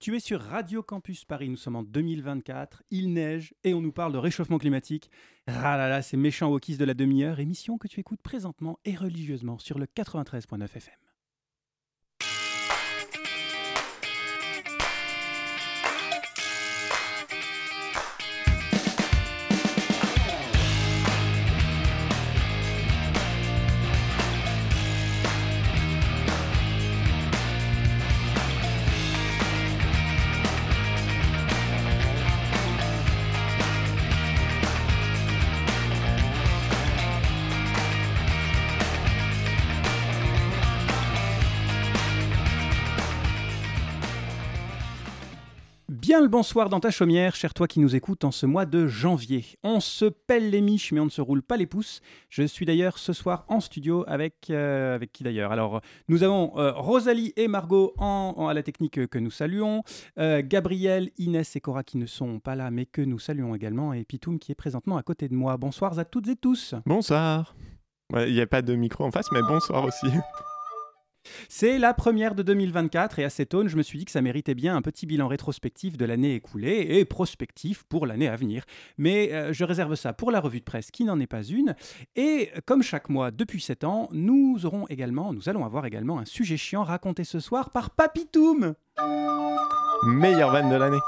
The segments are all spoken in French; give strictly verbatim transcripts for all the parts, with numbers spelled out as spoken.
Tu es sur Radio Campus Paris, nous sommes en deux mille vingt-quatre, il neige et on nous parle de réchauffement climatique. Ah là là, ces méchants wokistes de la demi-heure, émission que tu écoutes présentement et religieusement sur le quatre-vingt-treize virgule neuf F M. Bien le bonsoir dans ta chaumière, cher toi qui nous écoutes en ce mois de janvier. On se pèle les miches mais on ne se roule pas les pouces. Je suis d'ailleurs ce soir en studio avec, euh, avec qui d'ailleurs Alors nous avons euh, Rosalie et Margot en, en- à la technique que nous saluons, euh, Gabriel, Inès et Cora qui ne sont pas là mais que nous saluons également, et Pitoum qui est présentement à côté de moi. Bonsoir à toutes et tous. Bonsoir. Ouais, il n'y a pas de micro en face, mais bonsoir aussi. C'est la première de deux mille vingt-quatre et à cette aune, je me suis dit que ça méritait bien un petit bilan rétrospectif de l'année écoulée et prospectif pour l'année à venir. Mais euh, je réserve ça pour la revue de presse qui n'en est pas une. Et comme chaque mois depuis sept ans, nous aurons également, nous allons avoir également un sujet chiant raconté ce soir par Papitoum. Meilleure vanne de l'année.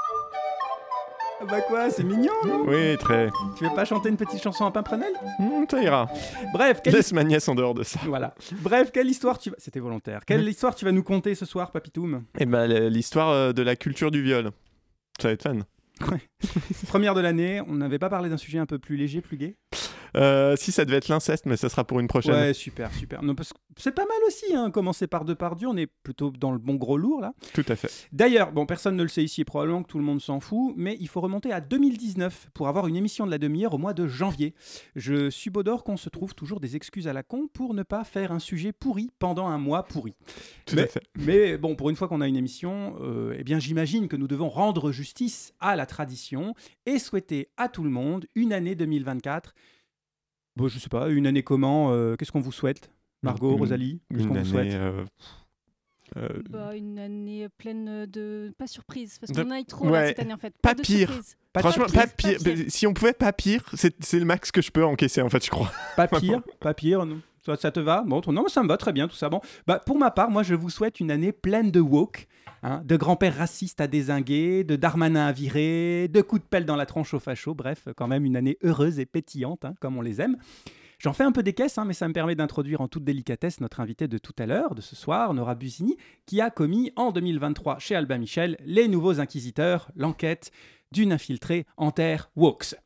Bah quoi, c'est mignon, non? Oui, très. Tu veux pas chanter une petite chanson à Pimprenel? Hmm, ça ira. Bref, quelle... Laisse ma nièce en dehors de ça. Voilà. Bref, quelle histoire tu vas... C'était volontaire. Quelle Mhm. histoire tu vas nous conter ce soir, Papitoum? Eh ben, l- l'histoire euh, de la culture du viol. Ça va être fun. Première de l'année, on n'avait pas parlé d'un sujet un peu plus léger, plus gai? Euh, si ça devait être l'inceste, mais ça sera pour une prochaine. Ouais, super, super. Non, parce que c'est pas mal aussi, hein, commencer par Depardieu, on est plutôt dans le bon gros lourd, là. Tout à fait. D'ailleurs, bon, personne ne le sait ici, et probablement que tout le monde s'en fout, mais il faut remonter à deux mille dix-neuf pour avoir une émission de la demi-heure au mois de janvier. Je subodore qu'on se trouve toujours des excuses à la con pour ne pas faire un sujet pourri pendant un mois pourri. Tout mais, à fait. mais bon, pour une fois qu'on a une émission, euh, eh bien, j'imagine que nous devons rendre justice à la tradition et souhaiter à tout le monde une année deux mille vingt-quatre. Bon, je sais pas, une année comment euh, Qu'est-ce qu'on vous souhaite, Margot, Une- Rosalie? Qu'est-ce Une qu'on vous souhaite? année. euh, euh, Bah, une année pleine de... Pas surprise, parce De- qu'on en a eu trop Ouais. là, cette année en fait. Pas de pire. surprise. Pas Franchement, pire, pas pire. pas pire. Mais Si on pouvait pas pire, c'est c'est le max que je peux encaisser en fait, je crois. Pas pire, pas pire. Non. Ça, ça te va? Bon, non, mais ça me va très bien tout ça. Bon, bah pour ma part, moi je vous souhaite une année pleine de woke, hein, de grands-pères racistes à dézinguer, de Darmanin à virer, de coups de pelle dans la tronche aux fachos. Bref, quand même une année heureuse et pétillante, hein, comme on les aime. J'en fais un peu des caisses, hein, mais ça me permet d'introduire en toute délicatesse notre invité de tout à l'heure, de ce soir, Nora Busini, qui a commis en deux mille vingt-trois chez Albin Michel Les Nouveaux Inquisiteurs, l'enquête d'une infiltrée en terre wokes.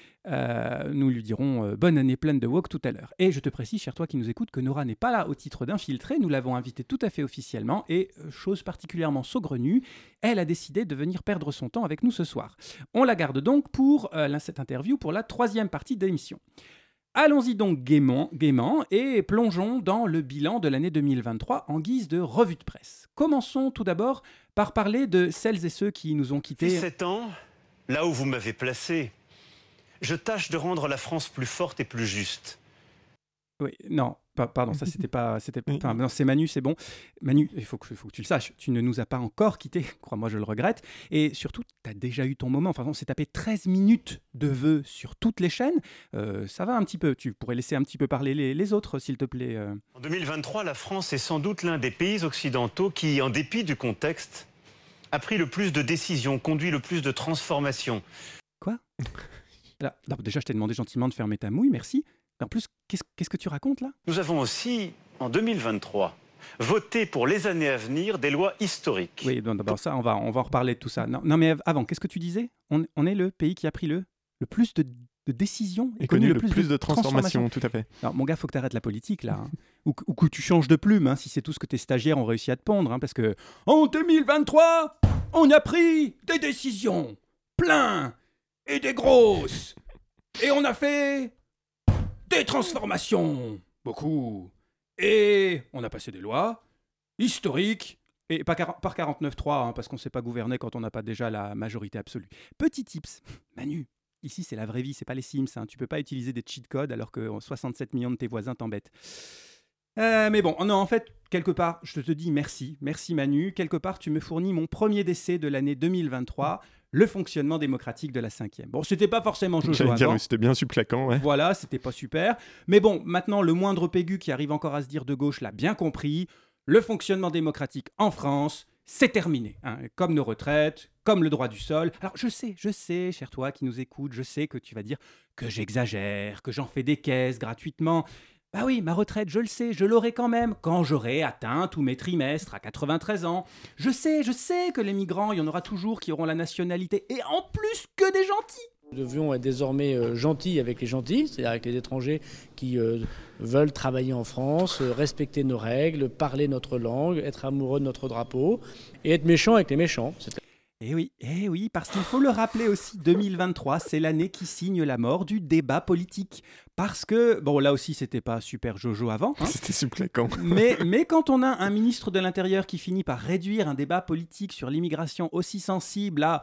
Euh, nous lui dirons euh, bonne année pleine de woke tout à l'heure. Et je te précise, cher toi qui nous écoutes, que Nora n'est pas là au titre d'infiltrée. Nous l'avons invitée tout à fait officiellement et, euh, chose particulièrement saugrenue, elle a décidé de venir perdre son temps avec nous ce soir. On la garde donc pour euh, cette interview pour la troisième partie de l'émission. Allons-y donc gaiement, gaiement et plongeons dans le bilan de l'année deux mille vingt-trois en guise de revue de presse. Commençons tout d'abord par parler de celles et ceux qui nous ont Depuis quittés. sept ans, là où vous m'avez placé, je tâche de rendre la France plus forte et plus juste. Oui, non, pa- pardon, ça c'était pas, c'était, enfin, non, c'est Manu, c'est bon. Manu, il faut que, faut que tu le saches, tu ne nous as pas encore quittés, crois-moi, je le regrette. Et surtout, tu as déjà eu ton moment. Enfin, on s'est tapé treize minutes de vœux sur toutes les chaînes. Euh, ça va un petit peu. Tu pourrais laisser un petit peu parler les, les autres, s'il te plaît. euh. En deux mille vingt-trois, la France est sans doute l'un des pays occidentaux qui, en dépit du contexte, a pris le plus de décisions, conduit le plus de transformations. Quoi Là, non, déjà, je t'ai demandé gentiment de fermer ta mouille, merci. En plus, qu'est-ce, qu'est-ce que tu racontes là? Nous avons aussi, en deux mille vingt-trois, voté pour les années à venir des lois historiques. Oui, bon, d'abord ça, on va, on va en reparler de tout ça. Non, non mais avant, qu'est-ce que tu disais? on, on est le pays qui a pris le, le plus de, de décisions Et connu le plus de transformations, tout à fait. Alors, mon gars, faut que tu arrêtes la politique, là. hein. ou, que- ou que tu changes de plume, hein, si c'est tout ce que tes stagiaires ont réussi à te pondre. hein, parce que, en deux mille vingt-trois, on a pris des décisions plein et des grosses. Et on a fait des transformations, beaucoup. Et on a passé des lois historiques. Et pas quar- par quarante-neuf trois, hein, parce qu'on ne sait pas gouverner quand on n'a pas déjà la majorité absolue. Petit tips, Manu, ici c'est la vraie vie, c'est pas les Sims. Hein. Tu peux pas utiliser des cheat codes alors que soixante-sept millions de tes voisins t'embêtent. Euh, mais bon, non, en fait, quelque part, je te dis merci. Merci Manu. Quelque part, tu me fournis mon premier décès de l'année deux mille vingt-trois, le fonctionnement démocratique de la cinquième. Bon, c'était pas forcément Jojo J'allais dire, avant. mais c'était bien subclaquant, ouais. Voilà, c'était pas super. Mais bon, maintenant, le moindre pégu qui arrive encore à se dire de gauche l'a bien compris. Le fonctionnement démocratique en France, c'est terminé. Hein. Comme nos retraites, comme le droit du sol. Alors, je sais, je sais, cher toi qui nous écoute, je sais que tu vas dire que j'exagère, que j'en fais des caisses gratuitement. Bah oui, ma retraite, je le sais, je l'aurai quand même, quand j'aurai atteint tous mes trimestres à quatre-vingt-treize ans. Je sais, je sais que les migrants, il y en aura toujours qui auront la nationalité, et en plus que des gentils. Nous devions être désormais euh, gentils avec les gentils, c'est-à-dire avec les étrangers qui euh, veulent travailler en France, euh, respecter nos règles, parler notre langue, être amoureux de notre drapeau, et être méchants avec les méchants. C'est... Eh oui, eh oui, parce qu'il faut le rappeler aussi, deux mille vingt-trois, c'est l'année qui signe la mort du débat politique. Parce que, bon là aussi c'était pas super Jojo avant, hein, C'était subclaquant. mais, mais quand on a un ministre de l'Intérieur qui finit par réduire un débat politique sur l'immigration aussi sensible à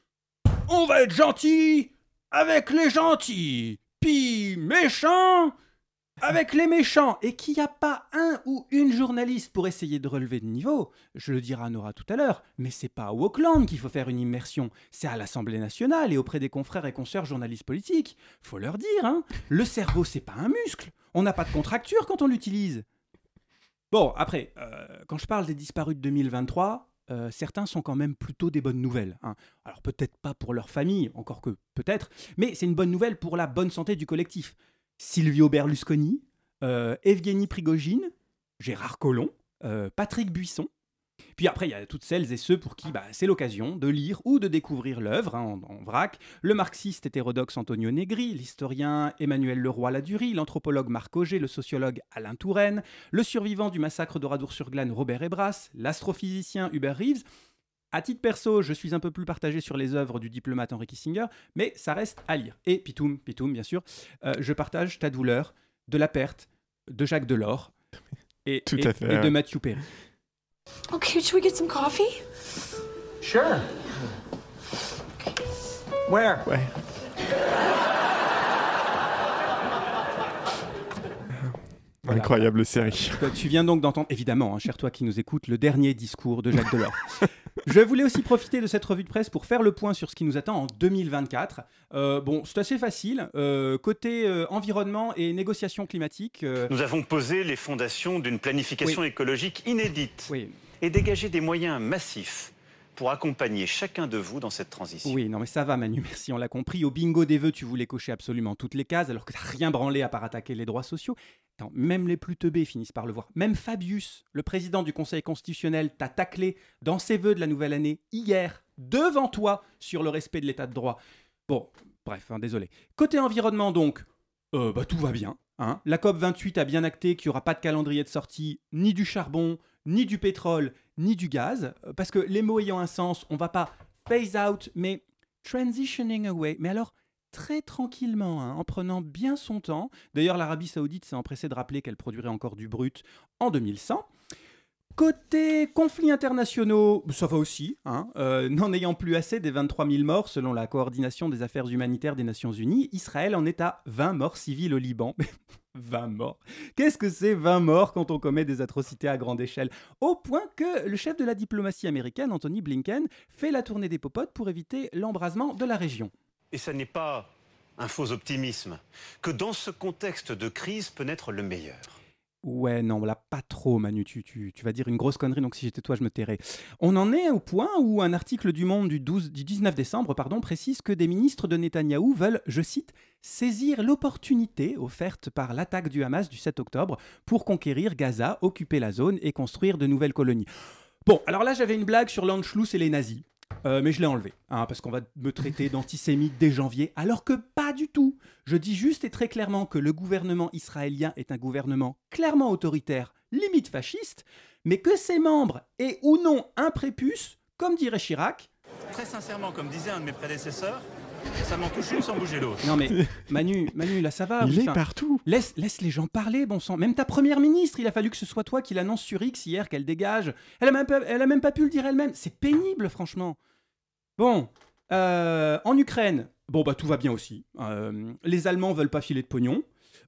« on va être gentil avec les gentils, puis méchant avec les méchants », et qu'il n'y a pas un ou une journaliste pour essayer de relever de niveau, je le dirai à Nora tout à l'heure, mais c'est pas à Auckland qu'il faut faire une immersion, c'est à l'Assemblée nationale et auprès des confrères et consoeurs journalistes politiques. Faut leur dire, hein, le cerveau c'est pas un muscle, on n'a pas de contracture quand on l'utilise. Bon, après, euh, quand je parle des disparus de deux mille vingt-trois, euh, certains sont quand même plutôt des bonnes nouvelles. Hein. Alors peut-être pas pour leur famille, encore que peut-être, mais c'est une bonne nouvelle pour la bonne santé du collectif. Silvio Berlusconi, euh, Evgeny Prigogine, Gérard Collomb, euh, Patrick Buisson. Puis après, il y a toutes celles et ceux pour qui bah, c'est l'occasion de lire ou de découvrir l'œuvre, hein, en, en vrac. Le marxiste hétérodoxe Antonio Negri, l'historien Emmanuel Leroy-Ladurie, l'anthropologue Marc Auger, le sociologue Alain Touraine, le survivant du massacre d'Oradour-sur-Glane Robert Ebras, l'astrophysicien Hubert Reeves. À titre perso, je suis un peu plus partagé sur les œuvres du diplomate Henry Kissinger, mais ça reste à lire. Et Pitoum, Pitoum bien sûr, euh, je partage ta douleur de la perte de Jacques Delors et, Tout et, à fait, et de ouais. Matthew Perry. Okay, should we get some coffee? Sure. Where? Ouais. Voilà. Incroyable série. Tu viens donc d'entendre, évidemment, hein, cher toi qui nous écoute, le dernier discours de Jacques Delors. Je voulais aussi profiter de cette revue de presse pour faire le point sur ce qui nous attend en deux mille vingt-quatre. Euh, bon, c'est assez facile. Euh, côté euh, environnement et négociations climatiques... euh, Nous avons posé les fondations d'une planification Oui. écologique inédite Oui, et dégagé des moyens massifs pour accompagner chacun de vous dans cette transition. oui, non mais ça va Manu, merci, on l'a compris. Au bingo des vœux, tu voulais cocher absolument toutes les cases, alors que t'as rien branlé à part attaquer les droits sociaux. Attends, même les plus teubés finissent par le voir. Même Fabius, le président du Conseil constitutionnel, t'a taclé dans ses vœux de la nouvelle année, hier, devant toi, sur le respect de l'état de droit. Bon, bref, hein, désolé. Côté environnement donc, euh, bah tout va bien. Hein. La COP vingt-huit a bien acté qu'il n'y aura pas de calendrier de sortie, ni du charbon, ni du pétrole, ni du gaz. euh, Parce que les mots ayant un sens, on va pas phase out, mais transitioning away. Mais alors, très tranquillement, hein, en prenant bien son temps. D'ailleurs, l'Arabie Saoudite s'est empressée de rappeler qu'elle produirait encore du brut en deux mille cent. Côté conflits internationaux, ça va aussi, hein, euh, n'en ayant plus assez des vingt-trois mille morts selon la coordination des affaires humanitaires des Nations Unies, Israël en est à vingt morts civils au Liban. vingt morts. Qu'est-ce que c'est vingt morts quand on commet des atrocités à grande échelle? Au point que le chef de la diplomatie américaine, Anthony Blinken, fait la tournée des popotes pour éviter l'embrasement de la région. Et ça n'est pas un faux optimisme que dans ce contexte de crise peut naître le meilleur. Ouais, non, là, pas trop, Manu. Tu, tu, tu vas dire une grosse connerie, donc si j'étais toi, je me tairais. On en est au point où un article du Monde du, douze, du dix-neuf décembre pardon, précise que des ministres de Netanyahou veulent, je cite, saisir l'opportunité offerte par l'attaque du Hamas du sept octobre pour conquérir Gaza, occuper la zone et construire de nouvelles colonies. Bon, alors là, j'avais une blague sur l'Anschluss et les nazis. Euh, mais je l'ai enlevé, hein, parce qu'on va me traiter d'antisémite dès janvier, alors que pas du tout. Je dis juste et très clairement que le gouvernement israélien est un gouvernement clairement autoritaire, limite fasciste, mais que ses membres aient ou non un prépuce, comme dirait Chirac. Très sincèrement, comme disait un de mes prédécesseurs, ça m'en touche une sans bouger l'autre. Non mais Manu, Manu, là ça va. Il oui, est enfin, partout. Laisse, laisse les gens parler, bon sang. Même ta première ministre, il a fallu que ce soit toi qui l'annonce sur X hier qu'elle dégage. Elle a même pas, elle a même pas pu le dire elle-même. C'est pénible, franchement. Bon, euh, en Ukraine, bon bah tout va bien aussi. Euh, les Allemands veulent pas filer de pognon.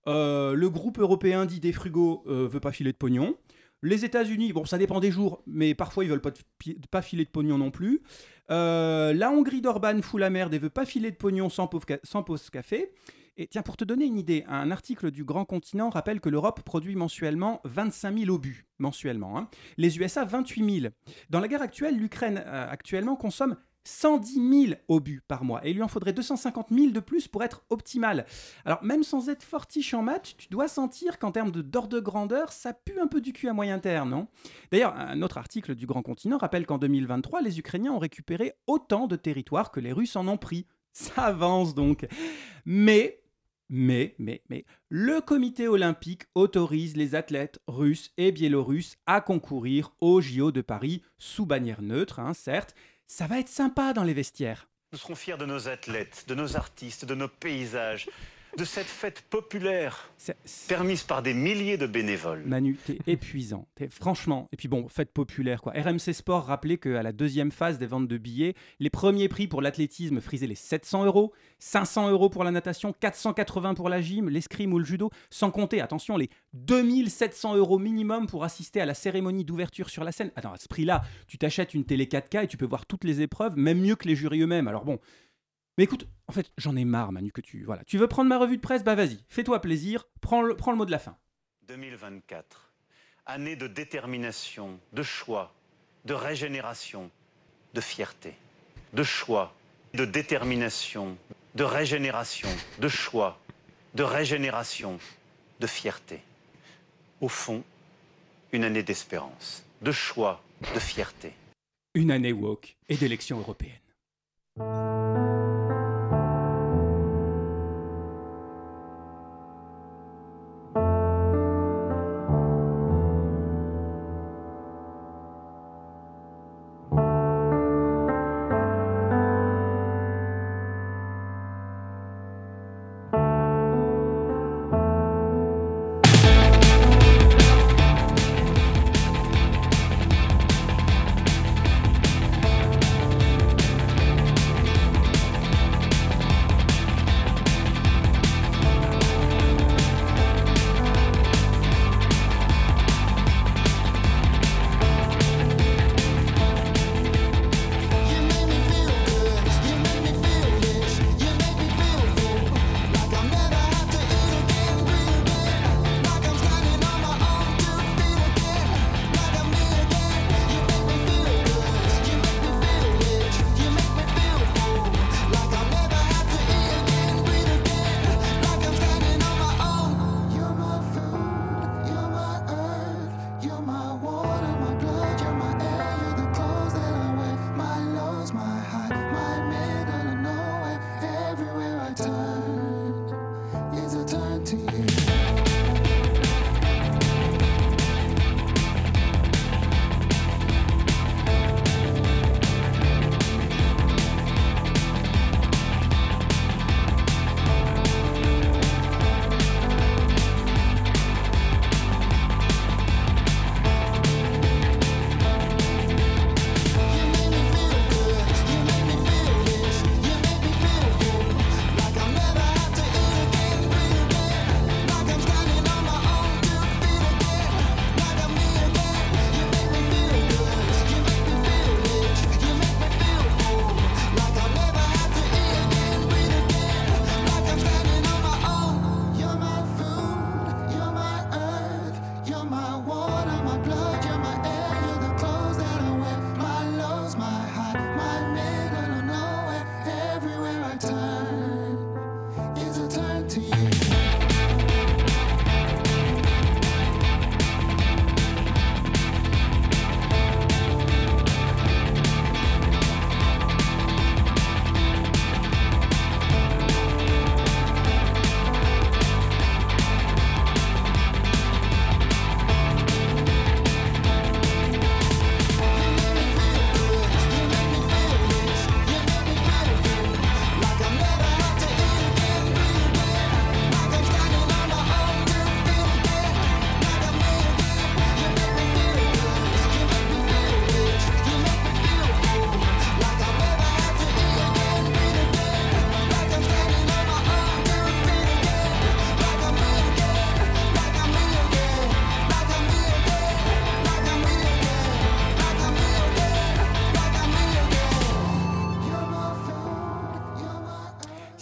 Euh, le groupe européen dit des frugaux euh, veut pas filer de pognon. Les États-Unis, bon, ça dépend des jours, mais parfois ils veulent pas, de, pas filer de pognon non plus. Euh, la Hongrie d'Orban fout la merde et veut pas filer de pognon sans, pauvre ca- sans pause café. Et tiens, pour te donner une idée, un article du Grand Continent rappelle que l'Europe produit mensuellement vingt-cinq mille obus, mensuellement. Hein. Les U S A, vingt-huit mille. Dans la guerre actuelle, l'Ukraine euh, actuellement consomme cent dix mille obus par mois. Et il lui en faudrait deux cent cinquante mille de plus pour être optimal. Alors, même sans être fortiche en maths, tu dois sentir qu'en termes de, d'ordre de grandeur, ça pue un peu du cul à moyen terme, non ? D'ailleurs, un autre article du Grand Continent rappelle qu'en deux mille vingt-trois, les Ukrainiens ont récupéré autant de territoires que les Russes en ont pris. Ça avance donc. Mais... Mais, mais, mais, le comité olympique autorise les athlètes russes et biélorusses à concourir aux J O de Paris sous bannière neutre, hein, certes. Ça va être sympa dans les vestiaires. Nous serons fiers de nos athlètes, de nos artistes, de nos paysages, de cette fête populaire C'est, c'est... permise par des milliers de bénévoles. Manu, t'es épuisant. T'es... Franchement. Et puis bon, fête populaire, quoi. R M C Sport rappelait qu'à la deuxième phase des ventes de billets, les premiers prix pour l'athlétisme frisaient les sept cents euros, cinq cents euros pour la natation, quatre cent quatre-vingts pour la gym, l'escrime ou le judo, sans compter, attention, les deux mille sept cents euros minimum pour assister à la cérémonie d'ouverture sur la scène. Attends, à ce prix-là, tu t'achètes une télé quatre K et tu peux voir toutes les épreuves, même mieux que les jurys eux-mêmes. Alors bon... Mais écoute, en fait, j'en ai marre, Manu, que tu... Voilà. Tu veux prendre ma revue de presse ? Bah vas-y, fais-toi plaisir, prends le, prends le mot de la fin. deux mille vingt-quatre, année de détermination, de choix, de régénération, de fierté. De choix, de détermination, de régénération, de choix, de régénération, de fierté. Au fond, une année d'espérance, de choix, de fierté. Une année woke et d'élections européennes.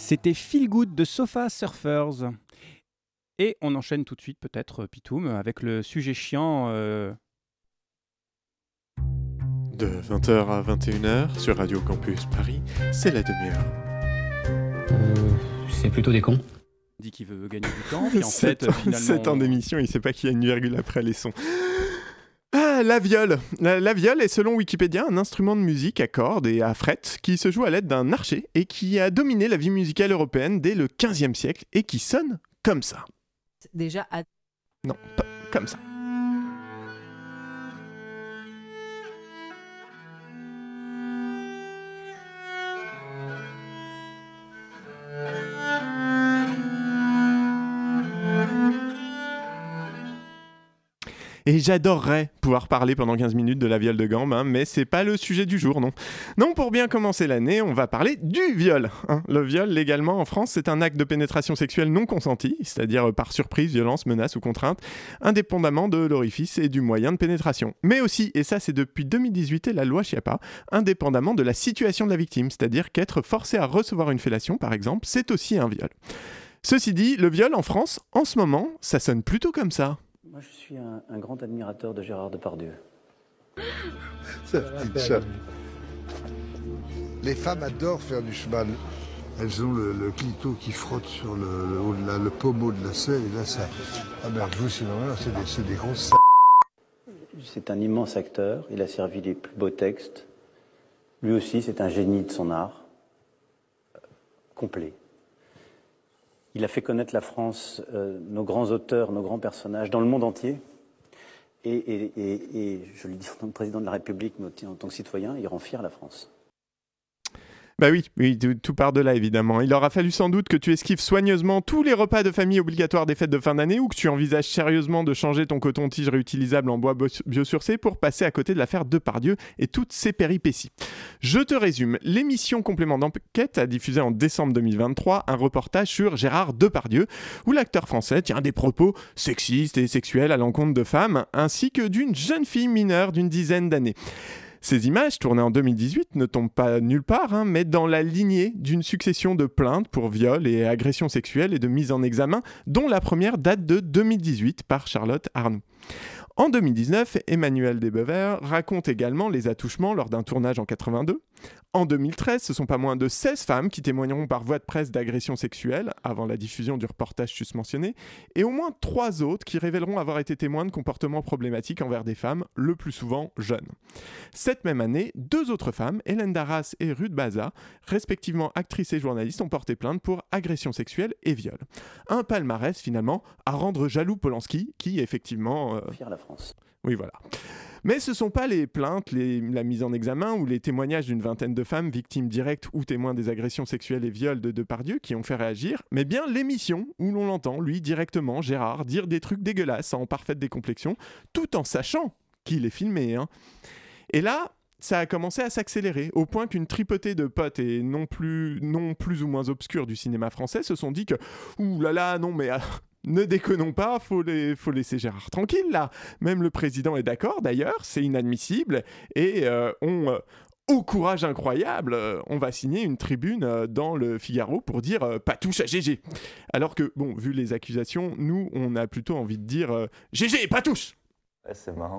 C'était Feel Good de Sofa Surfers. Et on enchaîne tout de suite, peut-être, Pitoum, avec le sujet chiant. Euh... De vingt heures à vingt et une heures, sur Radio Campus Paris, c'est la demi-heure. Euh, c'est plutôt des cons. Il dit qu'il veut gagner du temps, puis en sept, fait, finalement... sept ans d'émission, il sait pas qu'il y a une virgule après les sons. Ah, la viole. La, la viole est, selon Wikipédia, un instrument de musique à cordes et à frettes qui se joue à l'aide d'un archet et qui a dominé la vie musicale européenne dès le quinzième siècle et qui sonne comme ça. Déjà à... Non, pas comme ça. Et j'adorerais pouvoir parler pendant quinze minutes de la viole de gambe, hein, mais c'est pas le sujet du jour, non. Non, pour bien commencer l'année, on va parler du viol. Hein. Le viol, légalement, en France, c'est un acte de pénétration sexuelle non consenti, c'est-à-dire par surprise, violence, menace ou contrainte, indépendamment de l'orifice et du moyen de pénétration. Mais aussi, et ça c'est depuis deux mille dix-huit et la loi Schiappa, indépendamment de la situation de la victime, c'est-à-dire qu'être forcé à recevoir une fellation, par exemple, c'est aussi un viol. Ceci dit, le viol en France, en ce moment, ça sonne plutôt comme ça. Moi, je suis un, un grand admirateur de Gérard Depardieu. Ça petite chatte. Les femmes adorent faire du cheval. Elles ont le, le clito qui frotte sur le, le, le, le pommeau de la selle et là, ça... Ah ben, je vous c'est normal, c'est des, c'est des grosses... C'est un immense acteur. Il a servi les plus beaux textes. Lui aussi, c'est un génie de son art. Euh, complet. Il a fait connaître la France, euh, nos grands auteurs, nos grands personnages, dans le monde entier. Et, et, et, et je le dis en tant que président de la République, mais aussi en tant que citoyen, il rend fier la France. Bah oui, oui, tout, tout part de là évidemment. Il aura fallu sans doute que tu esquives soigneusement tous les repas de famille obligatoires des fêtes de fin d'année ou que tu envisages sérieusement de changer ton coton-tige réutilisable en bois biosourcé pour passer à côté de l'affaire Depardieu et toutes ses péripéties. Je te résume, l'émission Complément d'enquête a diffusé en décembre deux mille vingt-trois un reportage sur Gérard Depardieu où l'acteur français tient des propos sexistes et sexuels à l'encontre de femmes ainsi que d'une jeune fille mineure d'une dizaine d'années. Ces images, tournées en deux mille dix-huit, ne tombent pas nulle part, hein, mais dans la lignée d'une succession de plaintes pour viol et agressions sexuelles et de mise en examen, dont la première date de deux mille dix-huit par Charlotte Arnoux. En deux mille dix-neuf, Emmanuel Desbevers raconte également les attouchements lors d'un tournage en quatre-vingt-deux. En deux mille treize, ce sont pas moins de seize femmes qui témoigneront par voie de presse d'agressions sexuelles avant la diffusion du reportage susmentionné, et au moins trois autres qui révéleront avoir été témoins de comportements problématiques envers des femmes, le plus souvent jeunes. Cette même année, deux autres femmes, Hélène Darras et Ruth Baza, respectivement actrices et journalistes, ont porté plainte pour agressions sexuelles et viol. Un palmarès finalement à rendre jaloux Polanski, qui effectivement... Euh... Fier la France. Oui, voilà. Mais ce ne sont pas les plaintes, les, la mise en examen ou les témoignages d'une vingtaine de femmes victimes directes ou témoins des agressions sexuelles et viols de Depardieu qui ont fait réagir, mais bien l'émission où l'on l'entend, lui, directement, Gérard, dire des trucs dégueulasses en parfaite décomplexion, tout en sachant qu'il est filmé. Hein. Et là, ça a commencé à s'accélérer, au point qu'une tripotée de potes et non plus, non plus ou moins obscurs du cinéma français se sont dit que « Ouh là là, non mais... » Ne déconnons pas, faut, les, faut laisser Gérard tranquille là. Même le président est d'accord d'ailleurs, c'est inadmissible. Et euh, on, euh, au courage incroyable, euh, on va signer une tribune euh, dans le Figaro pour dire euh, pas touche à G G. Alors que, bon, vu les accusations, nous, on a plutôt envie de dire euh, G G, pas touche. Ouais, c'est marrant.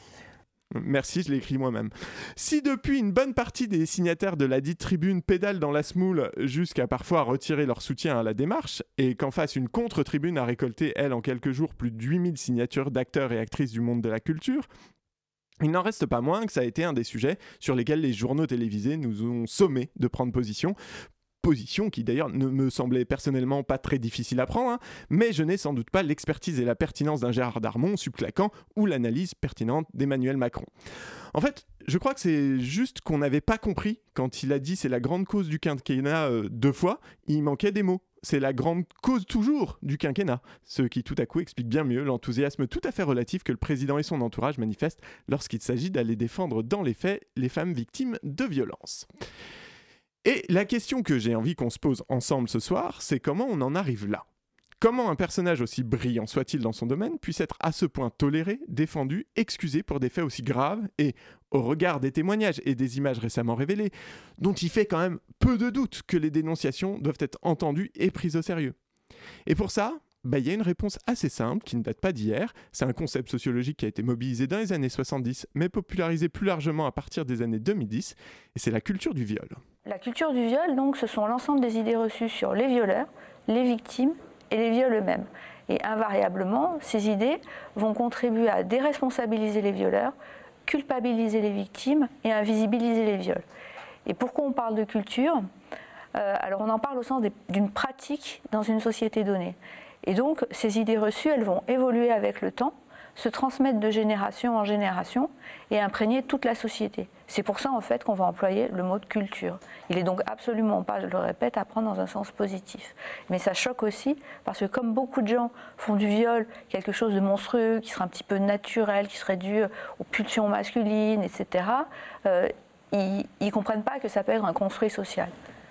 Merci, je l'ai écrit moi-même. Si depuis une bonne partie des signataires de la dite tribune pédalent dans la semoule jusqu'à parfois retirer leur soutien à la démarche, et qu'en face une contre-tribune a récolté, elle, en quelques jours, plus de huit mille signatures d'acteurs et actrices du monde de la culture, il n'en reste pas moins que ça a été un des sujets sur lesquels les journaux télévisés nous ont sommés de prendre position. Position qui d'ailleurs ne me semblait personnellement pas très difficile à prendre, hein, mais je n'ai sans doute pas l'expertise et la pertinence d'un Gérard Darmon subclaquant ou l'analyse pertinente d'Emmanuel Macron. En fait, je crois que c'est juste qu'on n'avait pas compris quand il a dit c'est la grande cause du quinquennat euh, deux fois, il manquait des mots. C'est la grande cause toujours du quinquennat, ce qui tout à coup explique bien mieux l'enthousiasme tout à fait relatif que le président et son entourage manifestent lorsqu'il s'agit d'aller défendre dans les faits les femmes victimes de violences. Et la question que j'ai envie qu'on se pose ensemble ce soir, c'est comment on en arrive là ? Comment un personnage aussi brillant soit-il dans son domaine puisse être à ce point toléré, défendu, excusé pour des faits aussi graves et, au regard des témoignages et des images récemment révélées, dont il fait quand même peu de doute que les dénonciations doivent être entendues et prises au sérieux. Et pour ça, bah, y a une réponse assez simple qui ne date pas d'hier. C'est un concept sociologique qui a été mobilisé dans les années soixante-dix, mais popularisé plus largement à partir des années deux mille dix, et c'est la culture du viol. La culture du viol, donc, ce sont l'ensemble des idées reçues sur les violeurs, les victimes et les viols eux-mêmes. Et invariablement, ces idées vont contribuer à déresponsabiliser les violeurs, culpabiliser les victimes et invisibiliser les viols. Et pourquoi on parle de culture ? euh, Alors on en parle au sens des, d'une pratique dans une société donnée. Et donc ces idées reçues, elles vont évoluer avec le temps, se transmettre de génération en génération et imprégner toute la société. C'est pour ça en fait qu'on va employer le mot de culture. Il est donc absolument pas, je le répète, à prendre dans un sens positif. Mais ça choque aussi parce que comme beaucoup de gens font du viol quelque chose de monstrueux, qui serait un petit peu naturel, qui serait dû aux pulsions masculines, et cetera, euh, ils ne comprennent pas que ça peut être un construit social.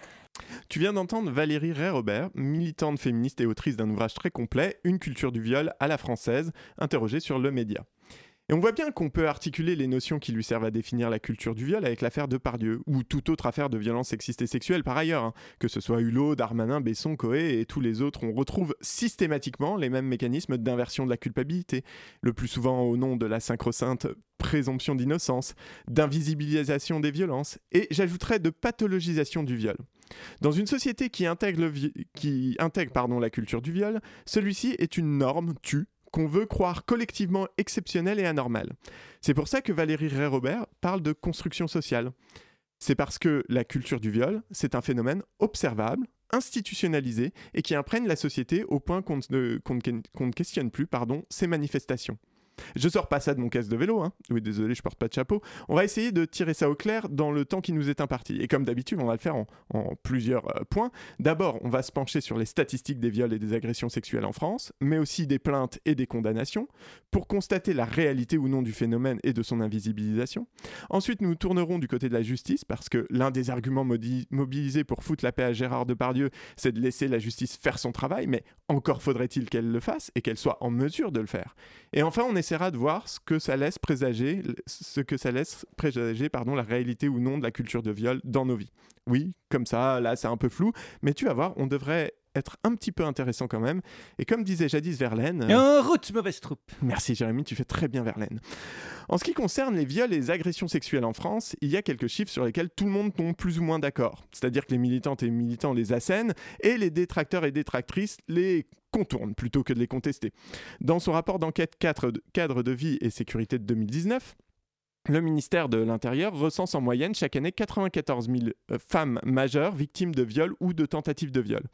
Tu viens d'entendre Valérie Rey-Robert, militante féministe et autrice d'un ouvrage très complet, Une culture du viol à la française, interrogée sur Le Média. Et on voit bien qu'on peut articuler les notions qui lui servent à définir la culture du viol avec l'affaire Depardieu, ou toute autre affaire de violence sexiste et sexuelle par ailleurs, hein. Que ce soit Hulot, Darmanin, Besson, Coé et tous les autres, on retrouve systématiquement les mêmes mécanismes d'inversion de la culpabilité, le plus souvent au nom de la sacro-sainte présomption d'innocence, d'invisibilisation des violences, et j'ajouterais de pathologisation du viol. Dans une société qui intègre, le vi- qui intègre pardon, la culture du viol, celui-ci est une norme tue, qu'on veut croire collectivement exceptionnelle et anormale. C'est pour ça que Valérie Rey-Robert parle de construction sociale. C'est parce que la culture du viol, c'est un phénomène observable, institutionnalisé et qui imprègne la société au point qu'on ne, qu'on ne, qu'on ne questionne plus pardon, ses manifestations. Je sors pas ça de mon casque de vélo, hein. Oui, désolé, je porte pas de chapeau. On va essayer de tirer ça au clair dans le temps qui nous est imparti. Et comme d'habitude, on va le faire en, en plusieurs euh, points. D'abord, on va se pencher sur les statistiques des viols et des agressions sexuelles en France, mais aussi des plaintes et des condamnations, pour constater la réalité ou non du phénomène et de son invisibilisation. Ensuite, nous tournerons du côté de la justice, parce que l'un des arguments modi- mobilisés pour foutre la paix à Gérard Depardieu, c'est de laisser la justice faire son travail, mais encore faudrait-il qu'elle le fasse et qu'elle soit en mesure de le faire. Et enfin, on essaiera de voir ce que ça laisse présager, ce que ça laisse présager pardon, la réalité ou non de la culture de viol dans nos vies. Oui, comme ça, là, c'est un peu flou, mais tu vas voir, on devrait être un petit peu intéressant quand même. Et comme disait jadis Verlaine... Et en route, mauvaise troupe. Merci Jérémy, tu fais très bien Verlaine. En ce qui concerne les viols et les agressions sexuelles en France, il y a quelques chiffres sur lesquels tout le monde tombe plus ou moins d'accord. C'est-à-dire que les militantes et militants les assènent et les détracteurs et détractrices les contournent plutôt que de les contester. Dans son rapport d'enquête cadre de vie et sécurité de deux mille dix-neuf, le ministère de l'Intérieur recense en moyenne chaque année quatre-vingt-quatorze mille femmes majeures victimes de viol ou de tentatives de viol.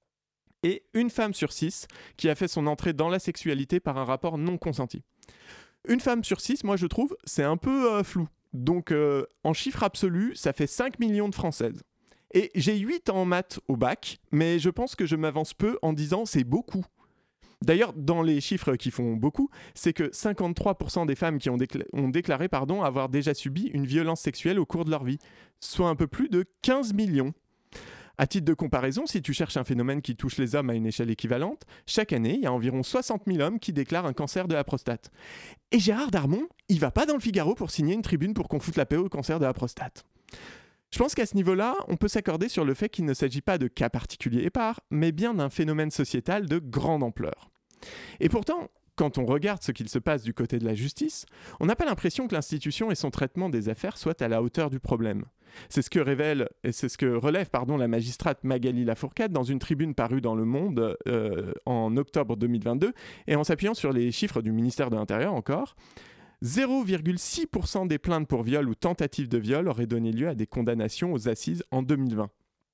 Et une femme sur six qui a fait son entrée dans la sexualité par un rapport non consenti. Une femme sur six, moi je trouve, c'est un peu euh, flou. Donc euh, en chiffre absolu, ça fait cinq millions de Françaises. Et j'ai huit en maths au bac, mais je pense que je m'avance peu en disant c'est beaucoup. D'ailleurs, dans les chiffres qui font beaucoup, c'est que cinquante-trois pour cent des femmes qui ont, décla- ont déclaré pardon, avoir déjà subi une violence sexuelle au cours de leur vie, soit un peu plus de quinze millions. À titre de comparaison, si tu cherches un phénomène qui touche les hommes à une échelle équivalente, chaque année, il y a environ soixante mille hommes qui déclarent un cancer de la prostate. Et Gérard Darmon, il va pas dans le Figaro pour signer une tribune pour qu'on foute la paix au cancer de la prostate. Je pense qu'à ce niveau-là, on peut s'accorder sur le fait qu'il ne s'agit pas de cas particuliers épars, mais bien d'un phénomène sociétal de grande ampleur. Et pourtant, quand on regarde ce qu'il se passe du côté de la justice, on n'a pas l'impression que l'institution et son traitement des affaires soient à la hauteur du problème. C'est ce que révèle et c'est ce que relève pardon, la magistrate Magali Lafourcade dans une tribune parue dans Le Monde euh, en octobre deux mille vingt-deux et en s'appuyant sur les chiffres du ministère de l'Intérieur encore. zéro virgule six pour cent des plaintes pour viol ou tentative de viol auraient donné lieu à des condamnations aux assises en deux mille vingt.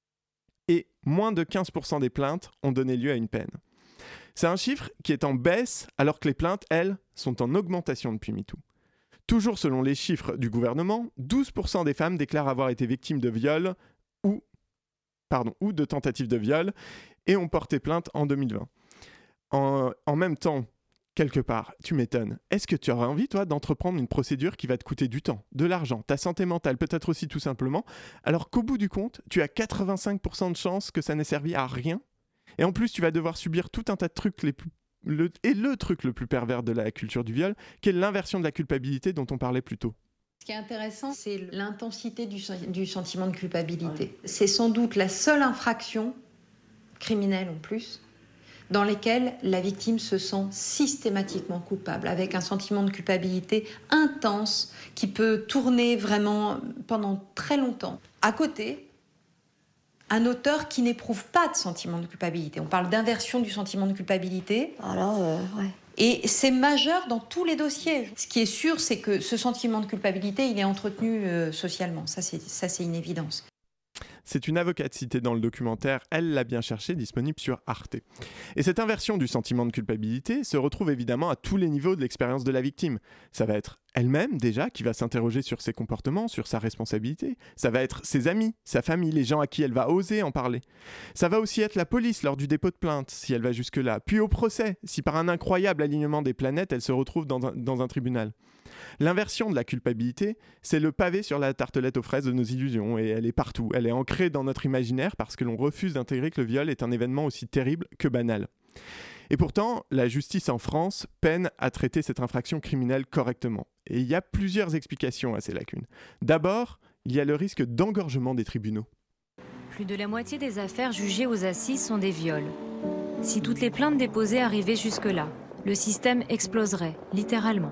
Et moins de quinze pour cent des plaintes ont donné lieu à une peine. C'est un chiffre qui est en baisse alors que les plaintes, elles, sont en augmentation depuis MeToo. Toujours selon les chiffres du gouvernement, douze pour cent des femmes déclarent avoir été victimes de viol ou, pardon, ou de tentatives de viol et ont porté plainte en deux mille vingt. En, en même temps, quelque part, tu m'étonnes. Est-ce que tu aurais envie, toi, d'entreprendre une procédure qui va te coûter du temps, de l'argent, ta santé mentale, peut-être aussi tout simplement, alors qu'au bout du compte, tu as quatre-vingt-cinq pour cent de chances que ça n'ait servi à rien ? Et en plus, tu vas devoir subir tout un tas de trucs les plus... Le... et le truc le plus pervers de la culture du viol, qui est l'inversion de la culpabilité dont on parlait plus tôt. Ce qui est intéressant, c'est l'intensité du, du sentiment de culpabilité. Ouais. C'est sans doute la seule infraction, criminelle en plus, dans laquelle la victime se sent systématiquement coupable, avec un sentiment de culpabilité intense qui peut tourner vraiment pendant très longtemps. À côté, un auteur qui n'éprouve pas de sentiment de culpabilité. On parle d'inversion du sentiment de culpabilité. Alors, euh, ouais. Et c'est majeur dans tous les dossiers. Ce qui est sûr, c'est que ce sentiment de culpabilité, il est entretenu euh, socialement. Ça, c'est, ça, c'est une évidence. C'est une avocate citée dans le documentaire « Elle l'a bien cherché », disponible sur Arte. Et cette inversion du sentiment de culpabilité se retrouve évidemment à tous les niveaux de l'expérience de la victime. Ça va être elle-même déjà, qui va s'interroger sur ses comportements, sur sa responsabilité. Ça va être ses amis, sa famille, les gens à qui elle va oser en parler. Ça va aussi être la police lors du dépôt de plainte, si elle va jusque-là. Puis au procès, si par un incroyable alignement des planètes, elle se retrouve dans un, dans un tribunal. L'inversion de la culpabilité, c'est le pavé sur la tartelette aux fraises de nos illusions, et elle est partout. Elle est ancrée dans notre imaginaire parce que l'on refuse d'intégrer que le viol est un événement aussi terrible que banal. Et pourtant, la justice en France peine à traiter cette infraction criminelle correctement. Et il y a plusieurs explications à ces lacunes. D'abord, il y a le risque d'engorgement des tribunaux. Plus de la moitié des affaires jugées aux assises sont des viols. Si toutes les plaintes déposées arrivaient jusque-là, le système exploserait, littéralement.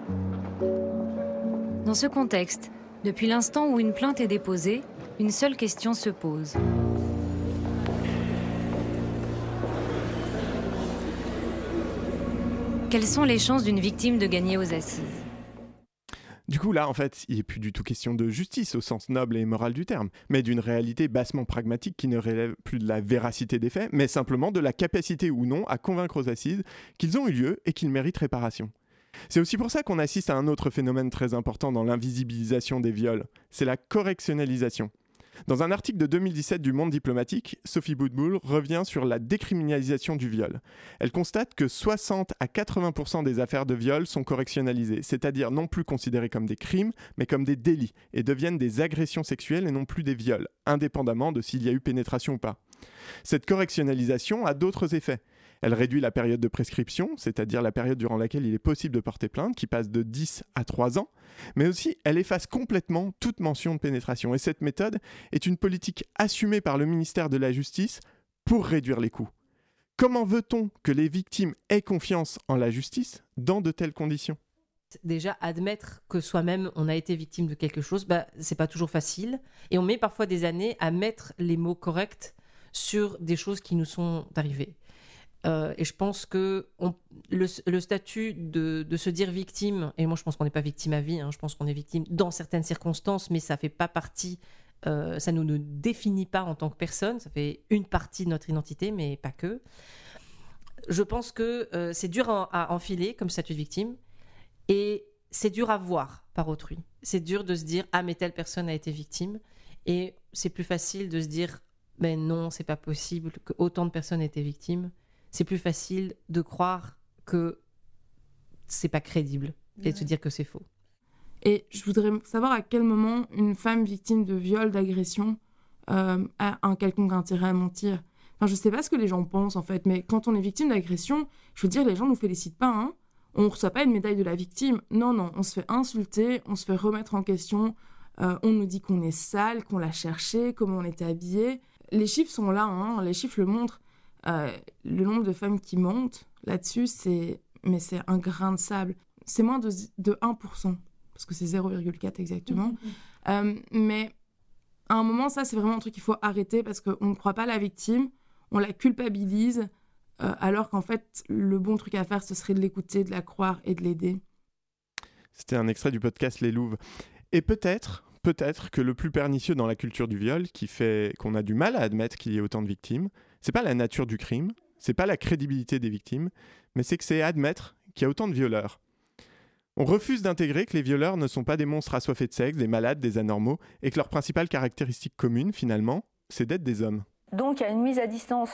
Dans ce contexte, depuis l'instant où une plainte est déposée, une seule question se pose. Quelles sont les chances d'une victime de gagner aux assises ? Du coup, là, en fait, il n'est plus du tout question de justice au sens noble et moral du terme, mais d'une réalité bassement pragmatique qui ne relève plus de la véracité des faits, mais simplement de la capacité ou non à convaincre aux assises qu'ils ont eu lieu et qu'ils méritent réparation. C'est aussi pour ça qu'on assiste à un autre phénomène très important dans l'invisibilisation des viols, c'est la correctionnalisation. Dans un article de deux mille dix-sept du Monde diplomatique, Sophie Boutboul revient sur la décriminalisation du viol. Elle constate que soixante à quatre-vingts pour cent des affaires de viol sont correctionnalisées, c'est-à-dire non plus considérées comme des crimes, mais comme des délits, et deviennent des agressions sexuelles et non plus des viols, indépendamment de s'il y a eu pénétration ou pas. Cette correctionnalisation a d'autres effets. Elle réduit la période de prescription, c'est-à-dire la période durant laquelle il est possible de porter plainte, qui passe de dix à trois ans, mais aussi elle efface complètement toute mention de pénétration. Et cette méthode est une politique assumée par le ministère de la Justice pour réduire les coûts. Comment veut-on que les victimes aient confiance en la justice dans de telles conditions ? Déjà, admettre que soi-même, on a été victime de quelque chose, bah, c'est pas toujours facile. Et on met parfois des années à mettre les mots corrects sur des choses qui nous sont arrivées. Euh, et je pense que on, le, le statut de, de se dire victime, et moi je pense qu'on n'est pas victime à vie, hein, je pense qu'on est victime dans certaines circonstances, mais ça fait pas partie, euh, ça nous ne définit pas en tant que personne, ça fait une partie de notre identité, mais pas que. Je pense que euh, c'est dur à, à enfiler comme statut de victime, et c'est dur à voir par autrui. C'est dur de se dire ah mais telle personne a été victime, et c'est plus facile de se dire mais non c'est pas possible que autant de personnes aient été victimes. C'est plus facile de croire que c'est pas crédible et de se dire que c'est faux. Et je voudrais savoir à quel moment une femme victime de viol, d'agression, euh, a un quelconque intérêt à mentir. Enfin, je sais pas ce que les gens pensent en fait, mais quand on est victime d'agression, je veux dire, les gens nous félicitent pas, hein. On reçoit pas une médaille de la victime. Non, non, on se fait insulter, on se fait remettre en question, euh, on nous dit qu'on est sale, qu'on l'a cherché, comment on était habillé. Les chiffres sont là, hein, les chiffres le montrent. Euh, le nombre de femmes qui montent là-dessus, c'est, mais c'est un grain de sable. C'est moins de, de un pour cent, parce que c'est zéro virgule quatre exactement. Mmh. Euh, mais à un moment, ça, c'est vraiment un truc qu'il faut arrêter, parce qu'on ne croit pas à la victime, on la culpabilise, euh, alors qu'en fait, le bon truc à faire, ce serait de l'écouter, de la croire et de l'aider. C'était un extrait du podcast Les Louves. Et peut-être... Peut-être que le plus pernicieux dans la culture du viol, qui fait qu'on a du mal à admettre qu'il y ait autant de victimes, c'est pas la nature du crime, c'est pas la crédibilité des victimes, mais c'est que c'est admettre qu'il y a autant de violeurs. On refuse d'intégrer que les violeurs ne sont pas des monstres assoiffés de sexe, des malades, des anormaux, et que leur principale caractéristique commune, finalement, c'est d'être des hommes. Donc il y a une mise à distance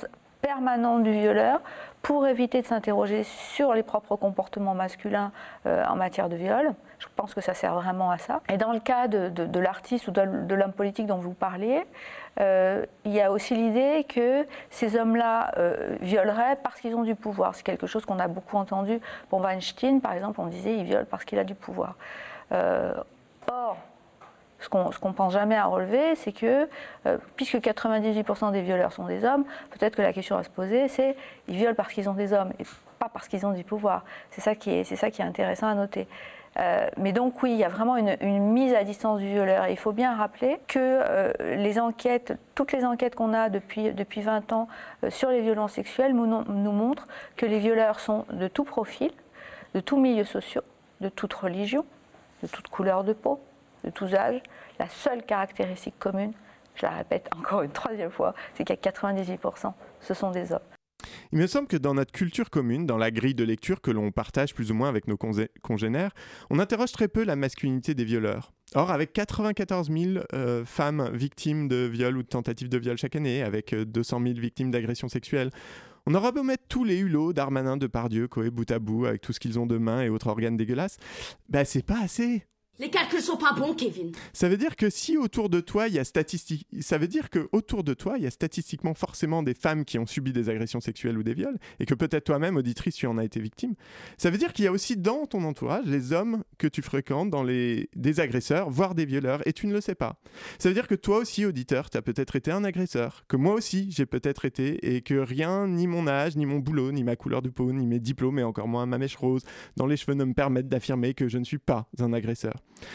permanente du violeur pour éviter de s'interroger sur les propres comportements masculins euh, en matière de viol. Je pense que ça sert vraiment à ça. Et dans le cas de, de, de l'artiste ou de, de l'homme politique dont vous parliez, euh, il y a aussi l'idée que ces hommes-là euh, violeraient parce qu'ils ont du pouvoir. C'est quelque chose qu'on a beaucoup entendu. Pour Weinstein, par exemple, on disait il viole parce qu'il a du pouvoir. Euh, or, ce qu'on ne pense jamais à relever, c'est que, euh, puisque quatre-vingt-dix-huit pour cent des violeurs sont des hommes, peut-être que la question à se poser, c'est ils violent parce qu'ils ont des hommes et pas parce qu'ils ont du pouvoir. C'est ça qui est, c'est ça qui est intéressant à noter. Euh, mais donc oui, il y a vraiment une, une mise à distance du violeur. Et il faut bien rappeler que euh, les enquêtes, toutes les enquêtes qu'on a depuis, depuis vingt ans euh, sur les violences sexuelles nous, nous montrent que les violeurs sont de tout profil, de tous milieux sociaux, de toute religion, de toute couleur de peau, de tous âges. La seule caractéristique commune, je la répète encore une troisième fois, c'est qu'à quatre-vingt-dix-huit pour cent, ce sont des hommes. Il me semble que dans notre culture commune, dans la grille de lecture que l'on partage plus ou moins avec nos congénères, on interroge très peu la masculinité des violeurs. Or, avec quatre-vingt-quatorze mille euh, femmes victimes de viol ou de tentatives de viol chaque année, avec euh, deux cent mille victimes d'agressions sexuelles, on aura beau mettre tous les hulots, Darmanin, Depardieu, Coé, bout à bout, avec tout ce qu'ils ont de mains et autres organes dégueulasses, bah c'est pas assez. Les calculs sont pas bons, Kevin. Ça veut dire que si autour de toi, il y a statistique... ça veut dire que autour de toi, il y a statistiquement forcément des femmes qui ont subi des agressions sexuelles ou des viols, et que peut-être toi-même, auditrice, tu en as été victime. Ça veut dire qu'il y a aussi dans ton entourage les hommes que tu fréquentes, dans les... des agresseurs, voire des violeurs, et tu ne le sais pas. Ça veut dire que toi aussi, auditeur, tu as peut-être été un agresseur, que moi aussi, j'ai peut-être été, et que rien, ni mon âge, ni mon boulot, ni ma couleur de peau, ni mes diplômes, et encore moins ma mèche rose, dans les cheveux ne me permettent d'affirmer que je ne suis pas un agresseur.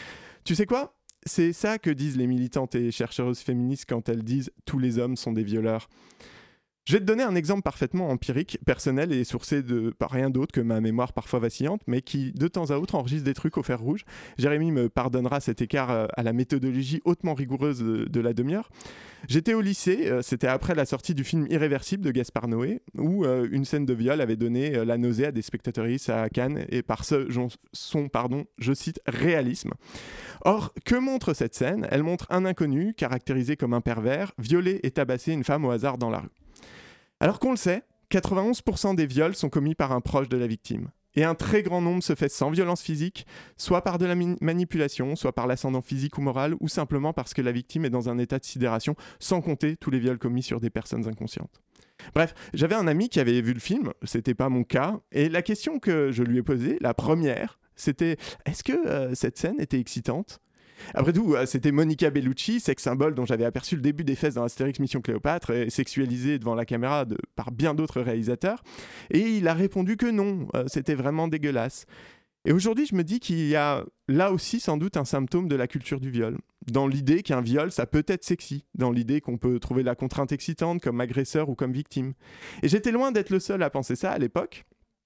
Tu sais quoi ? C'est ça que disent les militantes et chercheuses féministes quand elles disent « tous les hommes sont des violeurs ». Je vais te donner un exemple parfaitement empirique, personnel et sourcé de par rien d'autre que ma mémoire parfois vacillante, mais qui de temps à autre enregistre des trucs au fer rouge. Jérémy me pardonnera cet écart à la méthodologie hautement rigoureuse de, de la demi-heure. J'étais au lycée, euh, c'était après la sortie du film Irréversible de Gaspard Noé, où euh, une scène de viol avait donné euh, la nausée à des spectatrices à Cannes, et par ce son, pardon, je cite, réalisme. Or, que montre cette scène ? Elle montre un inconnu, caractérisé comme un pervers, violer et tabasser une femme au hasard dans la rue. Alors qu'on le sait, quatre-vingt-onze pour cent des viols sont commis par un proche de la victime. Et un très grand nombre se fait sans violence physique, soit par de la mi- manipulation, soit par l'ascendant physique ou moral, ou simplement parce que la victime est dans un état de sidération, sans compter tous les viols commis sur des personnes inconscientes. Bref, j'avais un ami qui avait vu le film, c'était pas mon cas, et la question que je lui ai posée, la première, c'était « Est-ce que euh, cette scène était excitante ?» Après tout, c'était Monica Bellucci, sex symbole dont j'avais aperçu le début des fesses dans Astérix Mission Cléopâtre, et sexualisée devant la caméra de, par bien d'autres réalisateurs. Et il a répondu que non, euh, c'était vraiment dégueulasse. Et aujourd'hui, je me dis qu'il y a là aussi sans doute un symptôme de la culture du viol. Dans l'idée qu'un viol, ça peut être sexy. Dans l'idée qu'on peut trouver la contrainte excitante comme agresseur ou comme victime. Et j'étais loin d'être le seul à penser ça à l'époque.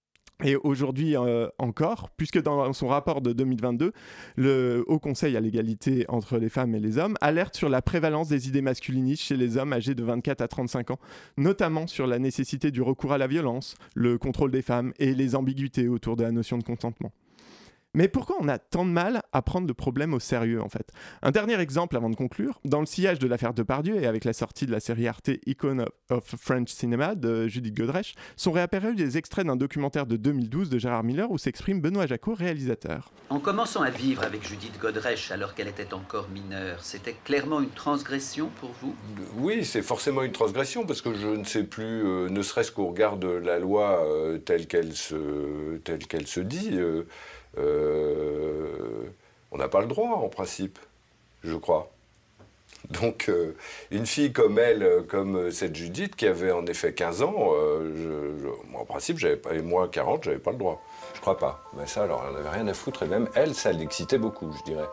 Et aujourd'hui euh, encore, puisque dans son rapport de deux mille vingt-deux, le Haut Conseil à l'égalité entre les femmes et les hommes alerte sur la prévalence des idées masculinistes chez les hommes âgés de vingt-quatre à trente-cinq ans, notamment sur la nécessité du recours à la violence, le contrôle des femmes et les ambiguïtés autour de la notion de consentement. Mais pourquoi on a tant de mal à prendre le problème au sérieux, en fait ? Un dernier exemple avant de conclure. Dans le sillage de l'affaire Depardieu et avec la sortie de la série Arte Icon of French Cinema de Judith Godrèche, sont réapparus des extraits d'un documentaire de deux mille douze de Gérard Miller où s'exprime Benoît Jacquot, réalisateur. En commençant à vivre avec Judith Godrèche alors qu'elle était encore mineure, c'était clairement une transgression pour vous ? Oui, c'est forcément une transgression parce que je ne sais plus, euh, ne serait-ce qu'au regard de la loi euh, telle qu'elle se, telle qu'elle se dit, euh, Euh, on n'a pas le droit, en principe, je crois. Donc, euh, une fille comme elle, comme cette Judith, qui avait en effet quinze ans, euh, je, je, moi, en principe, j'avais pas, et moi, quarante, j'avais pas le droit. Je crois pas. Mais ça, alors, elle n'avait rien à foutre, et même elle, ça l'excitait beaucoup, je dirais.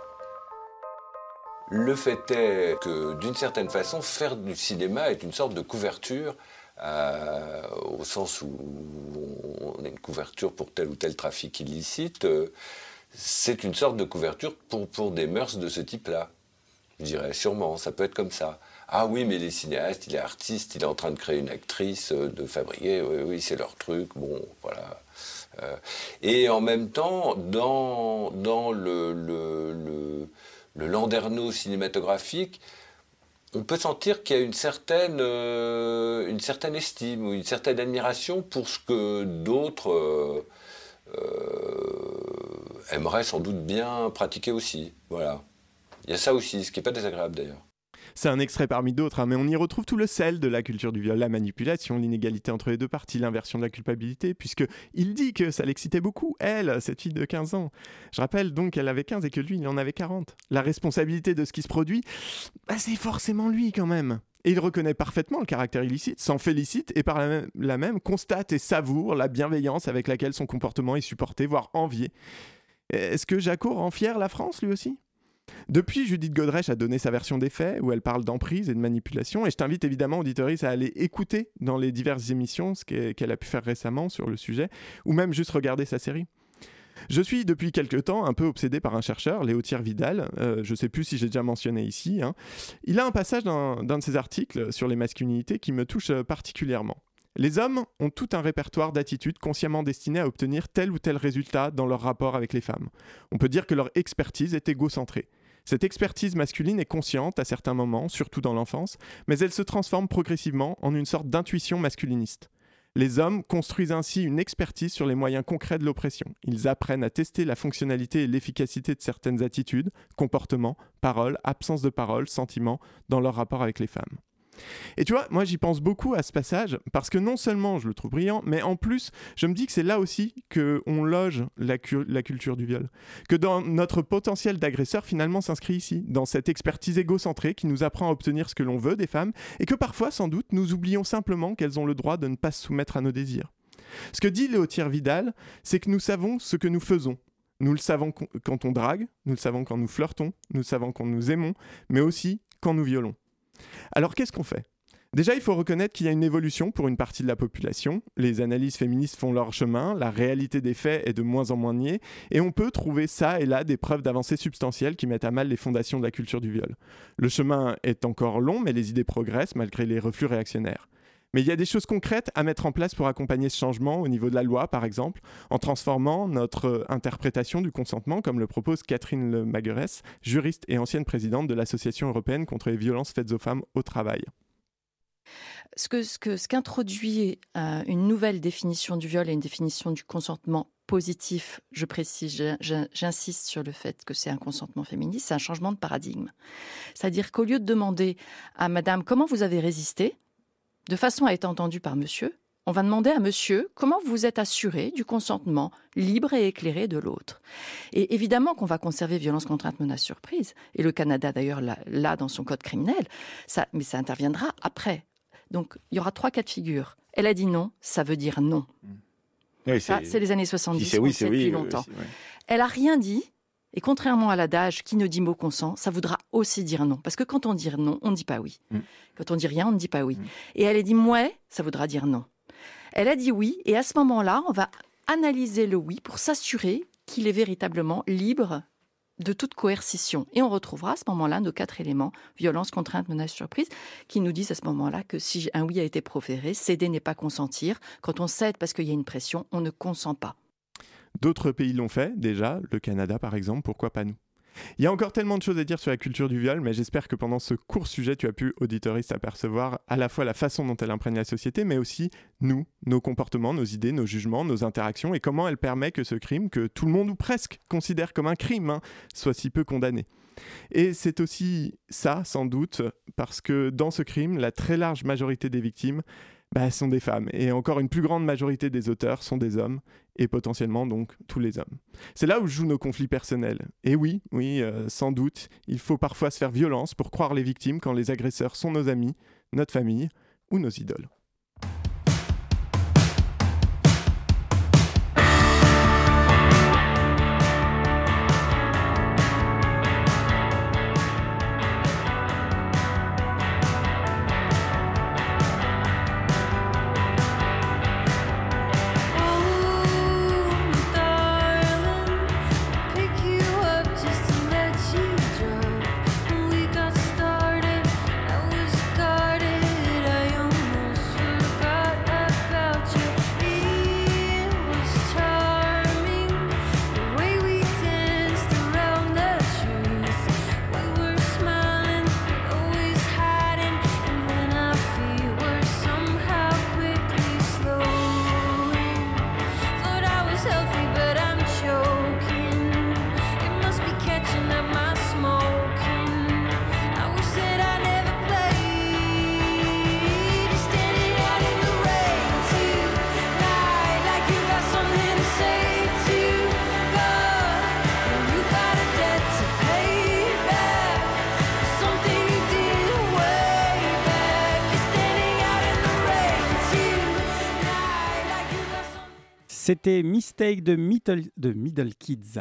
Le fait est que, d'une certaine façon, faire du cinéma est une sorte de couverture, Euh, au sens où on a une couverture pour tel ou tel trafic illicite, euh, c'est une sorte de couverture pour, pour des mœurs de ce type-là. Je dirais, sûrement, ça peut être comme ça. Ah oui, mais les cinéastes, il est artiste, il est en train de créer une actrice, de fabriquer, oui, oui, c'est leur truc, bon, voilà. Euh, et en même temps, dans, dans le, le, le, le landerneau cinématographique, on peut sentir qu'il y a une certaine, euh, une certaine estime ou une certaine admiration pour ce que d'autres euh, euh, aimeraient sans doute bien pratiquer aussi. Voilà. Il y a ça aussi, ce qui n'est pas désagréable d'ailleurs. C'est un extrait parmi d'autres, hein, mais on y retrouve tout le sel de la culture du viol, la manipulation, l'inégalité entre les deux parties, l'inversion de la culpabilité, puisqu'il dit que ça l'excitait beaucoup, elle, cette fille de quinze ans. Je rappelle donc qu'elle avait quinze et que lui, il en avait quarante. La responsabilité de ce qui se produit, bah, c'est forcément lui quand même. Et il reconnaît parfaitement le caractère illicite, s'en félicite et par la même, la même constate et savoure la bienveillance avec laquelle son comportement est supporté, voire envié. Est-ce que Jacot rend fier la France, lui aussi ? Depuis, Judith Godrèche a donné sa version des faits, où elle parle d'emprise et de manipulation, et je t'invite évidemment, auditoris, à aller écouter dans les diverses émissions ce qu'elle a pu faire récemment sur le sujet, ou même juste regarder sa série. Je suis depuis quelque temps un peu obsédé par un chercheur, Léo Thiers-Vidal, euh, je ne sais plus si j'ai déjà mentionné ici. Hein. Il a un passage d'un, d'un de ses articles sur les masculinités qui me touche particulièrement. Les hommes ont tout un répertoire d'attitudes consciemment destinées à obtenir tel ou tel résultat dans leur rapport avec les femmes. On peut dire que leur expertise est égocentrée. Cette expertise masculine est consciente à certains moments, surtout dans l'enfance, mais elle se transforme progressivement en une sorte d'intuition masculiniste. Les hommes construisent ainsi une expertise sur les moyens concrets de l'oppression. Ils apprennent à tester la fonctionnalité et l'efficacité de certaines attitudes, comportements, paroles, absence de paroles, sentiments dans leur rapport avec les femmes. Et tu vois, moi j'y pense beaucoup à ce passage parce que non seulement je le trouve brillant, mais en plus je me dis que c'est là aussi qu'on loge la, cu- la culture du viol. Que dans notre potentiel d'agresseur finalement s'inscrit ici, dans cette expertise égocentrée qui nous apprend à obtenir ce que l'on veut des femmes et que parfois sans doute nous oublions simplement qu'elles ont le droit de ne pas se soumettre à nos désirs. Ce que dit Léo Thiers-Vidal, c'est que nous savons ce que nous faisons. Nous le savons quand on drague, nous le savons quand nous flirtons, nous le savons quand nous aimons, mais aussi quand nous violons. Alors qu'est-ce qu'on fait ? Déjà, il faut reconnaître qu'il y a une évolution pour une partie de la population. Les analyses féministes font leur chemin, la réalité des faits est de moins en moins niée, et on peut trouver ça et là des preuves d'avancées substantielles qui mettent à mal les fondations de la culture du viol. Le chemin est encore long, mais les idées progressent malgré les reflux réactionnaires. Mais il y a des choses concrètes à mettre en place pour accompagner ce changement au niveau de la loi, par exemple, en transformant notre interprétation du consentement, comme le propose Catherine Le Maguerès, juriste et ancienne présidente de l'Association européenne contre les violences faites aux femmes au travail. Ce, que, ce, que, ce qu'introduit euh, une nouvelle définition du viol et une définition du consentement positif, je précise, j'insiste sur le fait que c'est un consentement féministe, c'est un changement de paradigme. C'est-à-dire qu'au lieu de demander à madame comment vous avez résisté, de façon à être entendu par monsieur, on va demander à monsieur comment vous êtes assuré du consentement libre et éclairé de l'autre. Et évidemment qu'on va conserver violence, contrainte, menace, surprise. Et le Canada d'ailleurs l'a, l'a dans son code criminel, ça, mais ça interviendra après. Donc il y aura trois cas de figure. Elle a dit non, ça veut dire non. Oui, ça, c'est... c'est les années soixante-dix, si c'est on oui, le sait c'est depuis oui, longtemps. oui, oui. Elle a rien dit. Et contrairement à l'adage qui ne dit mot consent, ça voudra aussi dire non. Parce que quand on dit non, on ne dit pas oui. Mm. Quand on dit rien, on ne dit pas oui. Mm. Et elle a dit mouais, ça voudra dire non. Elle a dit oui, et à ce moment-là, on va analyser le oui pour s'assurer qu'il est véritablement libre de toute coercition. Et on retrouvera à ce moment-là nos quatre éléments, violence, contrainte, menace, surprise, qui nous disent à ce moment-là que si un oui a été proféré, céder n'est pas consentir. Quand on cède parce qu'il y a une pression, on ne consent pas. D'autres pays l'ont fait, déjà, le Canada par exemple, pourquoi pas nous ? Il y a encore tellement de choses à dire sur la culture du viol, mais j'espère que pendant ce court sujet, tu as pu, auditoriste, apercevoir à la fois la façon dont elle imprègne la société, mais aussi nous, nos comportements, nos idées, nos jugements, nos interactions, et comment elle permet que ce crime, que tout le monde ou presque considère comme un crime, hein, soit si peu condamné. Et c'est aussi ça, sans doute, parce que dans ce crime, la très large majorité des victimes bah, sont des femmes. Et encore une plus grande majorité des auteurs sont des hommes, et potentiellement donc tous les hommes. C'est là où jouent nos conflits personnels. Et oui, oui, euh, sans doute, il faut parfois se faire violence pour croire les victimes quand les agresseurs sont nos amis, notre famille ou nos idoles. C'était Mistake de Middle, de Middle Kids.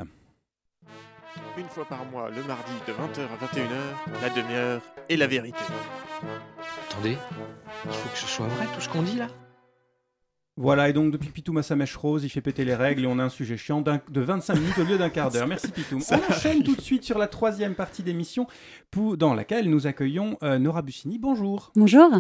Une fois par mois, le mardi de vingt heures à vingt et une heures, la demi-heure et la vérité. Attendez, il faut que ce soit vrai tout ce qu'on dit là. Voilà, et donc depuis que Pitoum a sa mèche rose, il fait péter les règles et on a un sujet chiant d'un- de vingt-cinq minutes au lieu d'un quart d'heure. Merci Pitoum. Ça On enchaîne tout de suite sur la troisième partie d'émission pour- dans laquelle nous accueillons euh, Nora Bussini. Bonjour. Bonjour.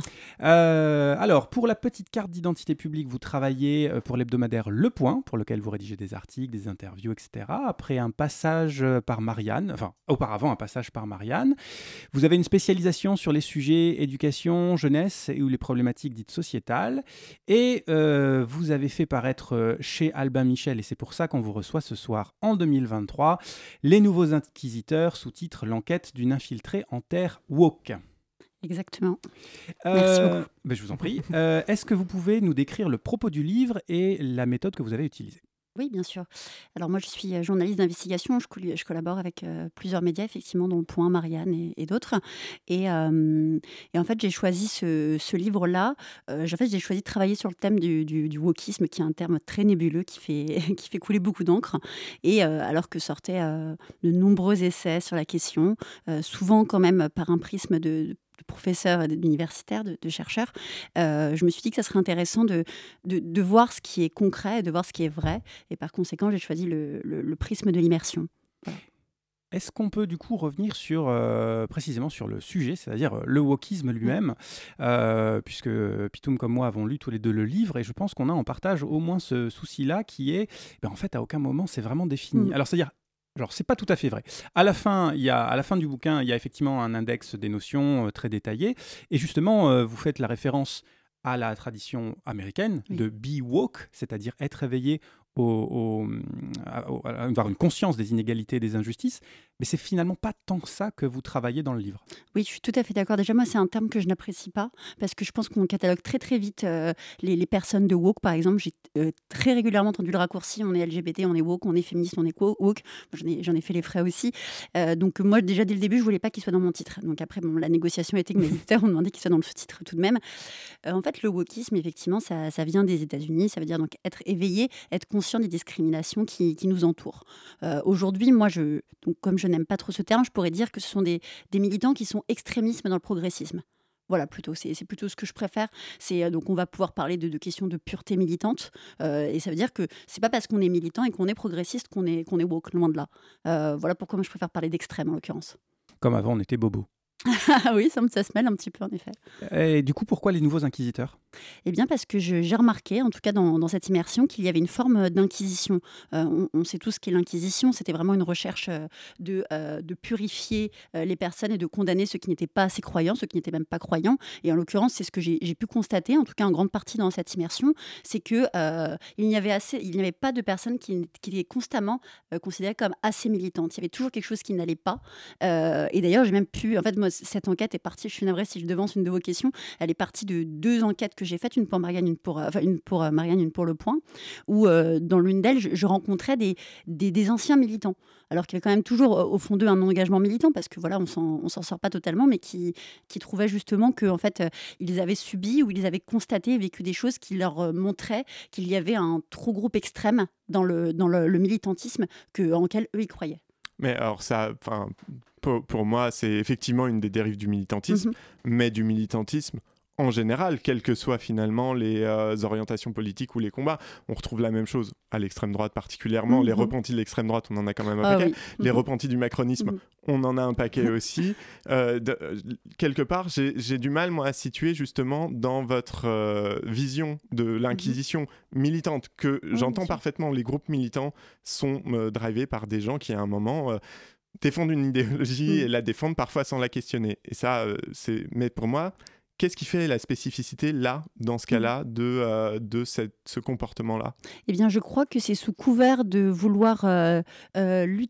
Euh, alors, pour la petite carte d'identité publique, vous travaillez euh, pour l'hebdomadaire Le Point, pour lequel vous rédigez des articles, des interviews, et cetera. Après un passage euh, par Marianne, enfin, auparavant un passage par Marianne, vous avez une spécialisation sur les sujets éducation, jeunesse et ou les problématiques dites sociétales. Et euh, vous avez fait paraître euh, chez Albin Michel, et c'est pour ça qu'on vous reçoit ce soir en deux mille vingt-trois, Les Nouveaux Inquisiteurs, sous-titre L'enquête d'une infiltrée en terre woke. Exactement. Euh, Merci beaucoup. ben, je vous en prie. Euh, est-ce que vous pouvez nous décrire le propos du livre et la méthode que vous avez utilisée ? Oui, bien sûr. Alors moi, je suis euh, journaliste d'investigation. Je, col- je collabore avec euh, plusieurs médias, effectivement, dont Le Point, Marianne et, et d'autres. Et, euh, et en fait, j'ai choisi ce, ce livre-là. Euh, j'ai- en fait, j'ai choisi de travailler sur le thème du, du, du wokisme, qui est un terme très nébuleux, qui fait, qui fait couler beaucoup d'encre. Et euh, alors que sortaient euh, de nombreux essais sur la question, euh, souvent quand même par un prisme de, de de professeurs, d'universitaires, de, de chercheurs, euh, je me suis dit que ça serait intéressant de, de, de voir ce qui est concret, de voir ce qui est vrai. Et par conséquent, j'ai choisi le, le, le prisme de l'immersion. Voilà. Est-ce qu'on peut du coup revenir sur, euh, précisément sur le sujet, c'est-à-dire euh, le wokisme lui-même, euh, puisque Pitoum comme moi avons lu tous les deux le livre, et je pense qu'on a en partage au moins ce souci-là qui est, ben, en fait, à aucun moment c'est vraiment défini. Mm. Alors, c'est-à-dire, genre, c'est pas tout à fait vrai. À la fin, il y a, à la fin du bouquin, il y a effectivement un index des notions euh, très détaillé, et justement, euh, vous faites la référence à la tradition américaine Oui. de be woke, c'est-à-dire être éveillé au, au- à- au- à avoir une conscience des inégalités et des injustices, mais c'est finalement pas tant que ça que vous travaillez dans le livre. Oui, je suis tout à fait d'accord. Déjà, moi, c'est un terme que je n'apprécie pas parce que je pense qu'on catalogue très très vite euh, les, les personnes de woke. Par exemple, j'ai euh, très régulièrement entendu le raccourci on est L G B T, on est woke, on est féministe, on est wo- woke. Moi, J'en ai, j'en ai fait les frais aussi. Euh, donc, moi, déjà dès le début, je voulais pas qu'il soit dans mon titre. Donc, après, bon, la négociation était que mes éditeurs ont demandé qu'il soit dans le sous-titre tout de même. Euh, en fait, le wokisme, effectivement, ça, ça vient des États-Unis. Ça veut dire donc être éveillé, être conscient des discriminations qui, qui nous entourent. Euh, Aujourd'hui, moi, je, donc, comme je n'aime pas trop ce terme, je pourrais dire que ce sont des, des militants qui sont extrémistes dans le progressisme. Voilà, plutôt, c'est c'est plutôt ce que je préfère. C'est euh, donc on va pouvoir parler de, de questions de pureté militante, euh, et ça veut dire que c'est pas parce qu'on est militant et qu'on est progressiste qu'on est qu'on est woke, loin de là. Euh, voilà pourquoi moi je préfère parler d'extrême en l'occurrence. Comme avant, on était bobo. Ah oui, ça, me- ça se mêle un petit peu en effet. Et du coup, pourquoi les nouveaux inquisiteurs ? Eh bien, parce que je- j'ai remarqué, en tout cas dans, dans cette immersion, qu'il y avait une forme d'inquisition. Euh, on, on sait tous ce qu'est l'inquisition. C'était vraiment une recherche euh, de, euh, de purifier euh, les personnes et de condamner ceux qui n'étaient pas assez croyants, ceux qui n'étaient même pas croyants. Et en l'occurrence, c'est ce que j'ai j'ai pu constater, en tout cas en grande partie dans cette immersion, c'est que euh, il n'y avait assez, il n'y avait pas de personnes qui, qui étaient constamment euh, considérées comme assez militantes. Il y avait toujours quelque chose qui n'allait pas. Euh, et d'ailleurs, j'ai même pu, en fait, moi, cette enquête est partie. Je suis navrée si je devance une de vos questions. Elle est partie de deux enquêtes que j'ai faites, une pour Marianne, une pour, euh, enfin, une pour euh, Marianne, une pour Le Point, où euh, dans l'une d'elles, je, je rencontrais des, des, des anciens militants, alors qu'il y avait quand même toujours euh, au fond d'eux un engagement militant, parce que voilà, on s'en, on s'en sort pas totalement, mais qui, qui trouvaient justement que en fait, euh, ils avaient subi ou ils avaient constaté, vécu des choses qui leur euh, montraient qu'il y avait un trop groupe extrême dans le, dans le, le militantisme que, en lequel eux ils croyaient. Mais alors ça, enfin, pour, pour moi, c'est effectivement une des dérives du militantisme, Mhm. mais du militantisme en général, quelles que soient finalement les euh, orientations politiques ou les combats. On retrouve la même chose à l'extrême droite particulièrement. Mhm. Les repentis de l'extrême droite, on en a quand même un Ah paquet. oui. Les Mhm. repentis du macronisme, Mhm. on en a un paquet aussi. Euh, de- euh, quelque part, j'ai j'ai du mal, moi, à situer justement dans votre euh, vision de l'inquisition militante, que Oui, j'entends bien sûr. parfaitement. Les groupes militants sont euh, drivés par des gens qui, à un moment... euh, défendent une idéologie Mm. et la défendent parfois sans la questionner. Et ça, euh, c'est... Mais pour moi, qu'est-ce qui fait la spécificité là, dans ce cas-là, de, euh, de cette- ce comportement-là ? Eh bien, je crois que c'est sous couvert de vouloir euh, euh, lutter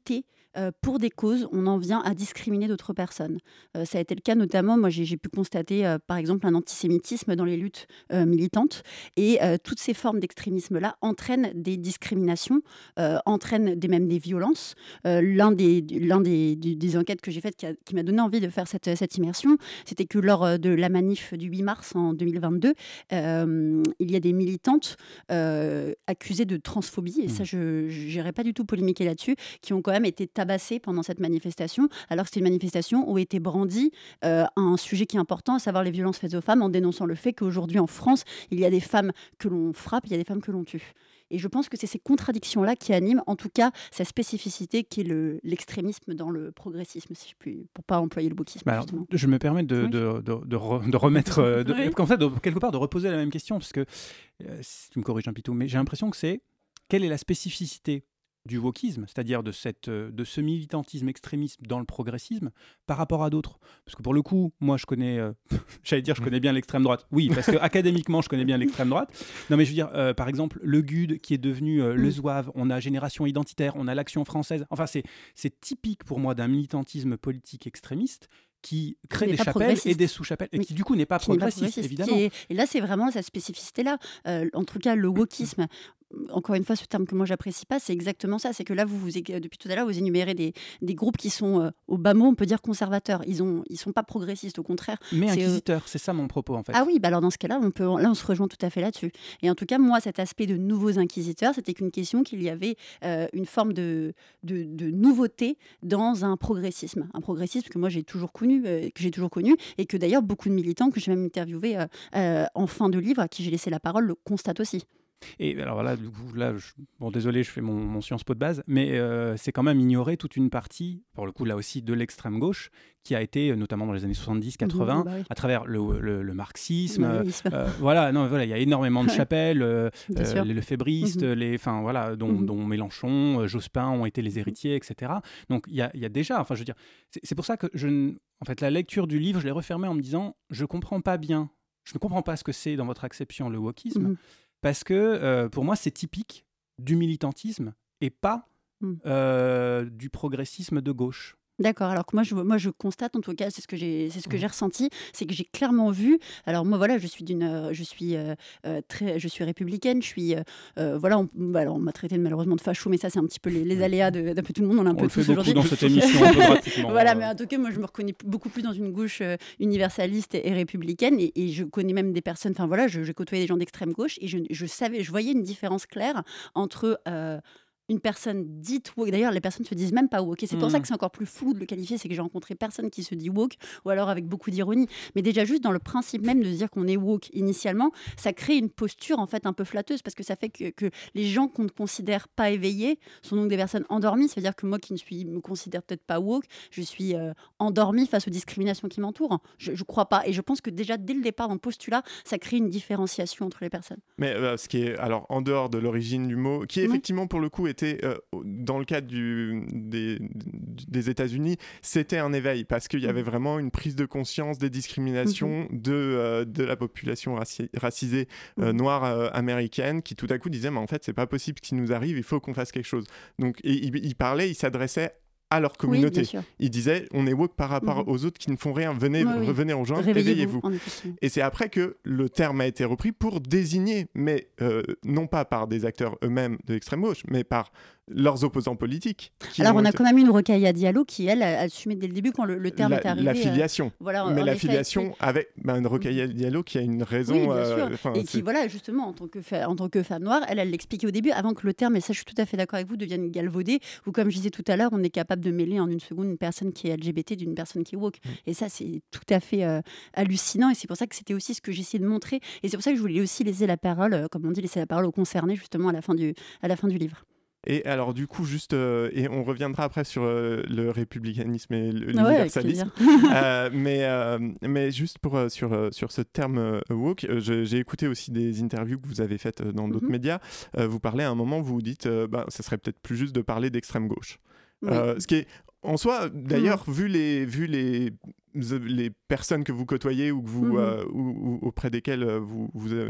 euh, pour des causes, on en vient à discriminer d'autres personnes. Euh, ça a été le cas notamment, moi j'ai, j'ai pu constater euh, par exemple un antisémitisme dans les luttes euh, militantes, et euh, toutes ces formes d'extrémisme-là entraînent des discriminations, euh, entraînent des, même des violences. Euh, l'un des, l'un des, des, des enquêtes que j'ai faites qui, a, qui m'a donné envie de faire cette, cette immersion, c'était que lors de la manif du huit mars en deux mille vingt-deux, euh, il y a des militantes euh, accusées de transphobie, et ça je n'irai pas du tout polémiquer là-dessus, qui ont quand même été tabassées pendant cette manifestation, alors que c'était une manifestation où était brandi euh, un sujet qui est important, à savoir les violences faites aux femmes, en dénonçant le fait qu'aujourd'hui en France, il y a des femmes que l'on frappe, il y a des femmes que l'on tue. Et je pense que c'est ces contradictions-là qui animent, en tout cas, sa spécificité qui est le, l'extrémisme dans le progressisme, si je puis, pour pas employer le wokisme. Bah alors, je me permets de, oui. de, de, de, re, de remettre, de, oui. en fait, de, quelque part, de reposer la même question, parce que, euh, si tu me corriges un pitou, mais j'ai l'impression que c'est, quelle est la spécificité du wokisme, c'est-à-dire de, cette, de ce militantisme extrémisme dans le progressisme par rapport à d'autres. Parce que pour le coup, moi je connais, euh, j'allais dire je connais bien l'extrême droite. Oui, parce que académiquement je connais bien l'extrême droite. Non mais je veux dire, euh, par exemple, le G U D qui est devenu euh, le Zouave, on a Génération Identitaire, on a l'Action Française. Enfin c'est, c'est typique pour moi d'un militantisme politique extrémiste qui crée des chapelles et des sous-chapelles, et qui du coup n'est pas progressiste, évidemment. Est... Et là, c'est vraiment cette spécificité-là. Euh, en tout cas, le wokisme, encore une fois, ce terme que moi, j'apprécie pas, c'est exactement ça. C'est que là, vous, vous depuis tout à l'heure, vous énumérez des, des groupes qui sont, euh, au bas mot, on peut dire conservateurs. Ils ne ils sont pas progressistes, au contraire. Mais c'est, inquisiteurs, euh... c'est ça mon propos, en fait. Ah oui, bah alors dans ce cas-là, on, peut, là, on se rejoint tout à fait là-dessus. Et en tout cas, moi, cet aspect de nouveaux inquisiteurs, c'était qu'une question qu'il y avait euh, une forme de, de, de nouveauté dans un progressisme. Un progressisme que moi, j'ai toujours connu, euh, que j'ai toujours connu, et que d'ailleurs beaucoup de militants que j'ai même interviewés euh, euh, en fin de livre, à qui j'ai laissé la parole, le constatent aussi. Et alors voilà, du coup, là, je, bon, désolé, je fais mon, mon Sciences Po de base, mais euh, c'est quand même ignorer toute une partie, pour le coup, là aussi, de l'extrême gauche, qui a été, notamment dans les années soixante-dix quatre-vingts, mmh, bah oui. à travers le, le, le marxisme. Euh, euh, voilà, non, voilà, il y a énormément de chapelles, euh, euh, les lefébristes, mmh. les, enfin voilà, dont, mmh. dont Mélenchon, Jospin ont été les héritiers, et cetera. Donc il y a, y a déjà, enfin je veux dire, c'est, c'est pour ça que je, en fait, la lecture du livre, je l'ai refermée en me disant, je comprends pas bien, je ne comprends pas ce que c'est dans votre acception le wokisme. Mmh. Parce que euh, pour moi, c'est typique du militantisme et pas mm. euh, du progressisme de gauche. D'accord. Alors que moi, je, moi, je constate, en tout cas, c'est ce que j'ai, c'est ce que j'ai ressenti, c'est que j'ai clairement vu. Alors moi, voilà, je suis d'une, je suis euh, très, je suis républicaine. Je suis, euh, voilà, on, alors on m'a traité de, malheureusement de facho, mais ça, c'est un petit peu les, les aléas de, d'un peu tout le monde. On l'a un on peu tous aujourd'hui. Dans cette émission, un peu pratiquement. Voilà, mais en tout cas, moi, je me reconnais beaucoup plus dans une gauche euh, universaliste et, et républicaine, et, et je connais même des personnes. Enfin voilà, je, j'ai côtoyé des gens d'extrême gauche, et je, je savais, je voyais une différence claire entre euh, une personne dite woke. D'ailleurs, les personnes ne se disent même pas woke. Et c'est pour mmh. ça que c'est encore plus flou de le qualifier. C'est que j'ai rencontré personne qui se dit woke, ou alors avec beaucoup d'ironie. Mais déjà, juste dans le principe même de se dire qu'on est woke initialement, ça crée une posture en fait un peu flatteuse, parce que ça fait que, que les gens qu'on ne considère pas éveillés sont donc des personnes endormies. Ça veut dire que moi qui ne suis, me considère peut-être pas woke, je suis euh, endormie face aux discriminations qui m'entourent. Je ne crois pas. Et je pense que déjà, dès le départ, dans le postulat, ça crée une différenciation entre les personnes. Mais euh, ce qui est, alors, en dehors de l'origine du mot, qui effectivement, pour le coup, était Euh, dans le cadre du, des, des États-Unis, c'était un éveil, parce qu'il y avait vraiment une prise de conscience des discriminations mmh. de, euh, de la population raci- racisée euh, mmh. noire euh, américaine, qui tout à coup disait mais en fait c'est pas possible ce qui nous arrive, il faut qu'on fasse quelque chose. Donc et, il, il parlait, il s'adressait à leur communauté. Oui, il disait, on est woke par rapport mmh. aux autres qui ne font rien. Venez, oui, oui. revenez rejoindre, réveillez-vous. réveillez-vous. Et c'est après que le terme a été repris pour désigner, mais euh, non pas par des acteurs eux-mêmes de l'extrême gauche, mais par leurs opposants politiques. Alors, on a été... quand même une Rokhaya Diallo qui, elle, a assumé dès le début quand le, le terme la, est arrivé. L'affiliation. Euh, voilà, mais effet, l'affiliation c'est... avec ben, Rokhaya Diallo qui a une raison. Oui, bien sûr. Euh, et qui, c'est... voilà, justement, en tant, que fa... en tant que femme noire, elle, elle l'expliquait au début, avant que le terme, et ça, je suis tout à fait d'accord avec vous, devienne galvaudé, ou comme je disais tout à l'heure, on est capable de mêler en une seconde une personne qui est L G B T d'une personne qui est woke. Mmh. Et ça, c'est tout à fait euh, hallucinant. Et c'est pour ça que c'était aussi ce que j'essayais de montrer. Et c'est pour ça que je voulais aussi laisser la parole, euh, comme on dit, laisser la parole aux concernés, justement, à la fin du, à la fin du livre. Et alors du coup juste euh, et on reviendra après sur euh, le républicanisme et l'universalisme, ouais, euh, mais euh, mais juste pour euh, sur euh, sur ce terme euh, woke, euh, je, j'ai écouté aussi des interviews que vous avez faites dans d'autres mm-hmm. médias. Euh, vous parlez à un moment, vous vous dites, euh, ben ça serait peut-être plus juste de parler d'extrême gauche. Oui. Euh, ce qui est en soi, d'ailleurs, mmh. vu les vu les les personnes que vous côtoyez ou que vous mmh. euh, ou, ou auprès desquelles vous vous euh,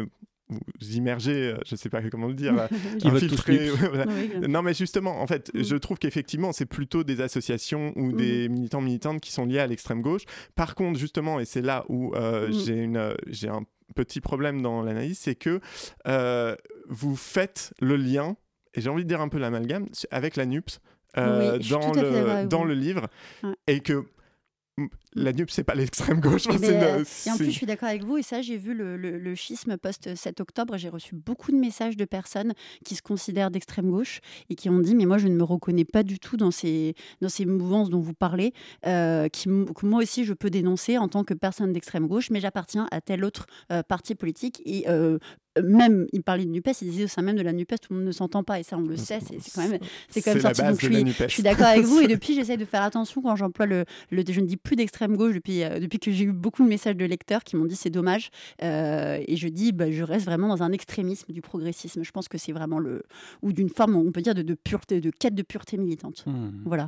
vous immergez, euh, je ne sais pas comment le dire, euh, Qui vote infiltrez, tous voilà. Oui, Non, mais justement, en fait, Mm. je trouve qu'effectivement, c'est plutôt des associations ou des militants militantes qui sont liés à l'extrême gauche. Par contre, justement, et c'est là où euh, Mm. j'ai une, euh, j'ai un petit problème dans l'analyse, c'est que euh, vous faites le lien, et j'ai envie de dire un peu l'amalgame, avec la N U P S euh, Oui, je suis dans, tout à fait d'accord le, avec dans vous. le livre, Ouais. et que mm, la N U P S, c'est pas l'extrême gauche. Enfin, Mais, c'est une- euh, et en c'est- plus, je suis d'accord avec vous. Et ça, j'ai vu le, le, le schisme post-sept octobre. J'ai reçu beaucoup de messages de personnes qui se considèrent d'extrême gauche et qui ont dit mais moi, je ne me reconnais pas du tout dans ces, dans ces mouvances dont vous parlez, euh, qui, m- que moi aussi, je peux dénoncer en tant que personne d'extrême gauche, mais j'appartiens à tel autre euh, parti politique. Et euh, même, il parlait de NUPES, il disait au sein même de la NUPES, tout le monde ne s'entend pas. Et ça, on le sait, c'est c'est quand même, c'est quand même C'est la sorti. base Donc, je de la suis, NUPES. je suis d'accord avec vous. Et depuis, j'essaie de faire attention quand j'emploie le, le. Je ne dis plus d'extrême gauche depuis, euh, depuis que j'ai eu beaucoup de messages de lecteurs qui m'ont dit c'est dommage. Euh, et je dis, bah, je reste vraiment dans un extrémisme du progressisme. Je pense que c'est vraiment le. Ou d'une forme, on peut dire, de, de pureté, de quête de pureté militante. Mmh. Voilà.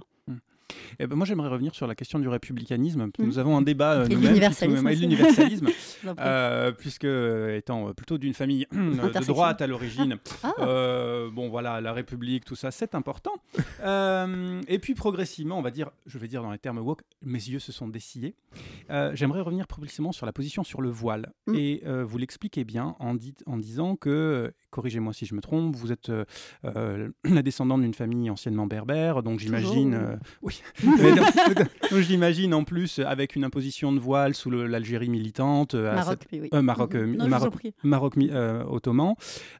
Eh ben moi, j'aimerais revenir sur la question du républicanisme. Mmh. Nous avons un débat euh, Et nous-mêmes, l'universalisme qui- et aussi. l'universalisme, Je vous en prie. euh, puisque euh, étant euh, plutôt d'une famille euh, de Intersection. droite à l'origine, Ah. euh, bon voilà, la République, tout ça, c'est important. Euh, et puis progressivement, on va dire, je vais dire dans les termes woke, mes yeux se sont dessillés. Euh, J'aimerais revenir progressivement sur la position sur le voile. Mm. Et euh, vous l'expliquez bien en, dit- en disant que, euh, corrigez-moi si je me trompe, vous êtes euh, euh, la descendante d'une famille anciennement berbère, donc j'imagine, Toujours. euh, oui, Mais donc, donc, j'imagine en plus avec une imposition de voile sous le- l'Algérie militante, euh, à Maroc, cette- oui, oui. euh, Maroc, Mhm. euh, Non, je vous en Maroc, prie. Maroc mi- euh, ottoman.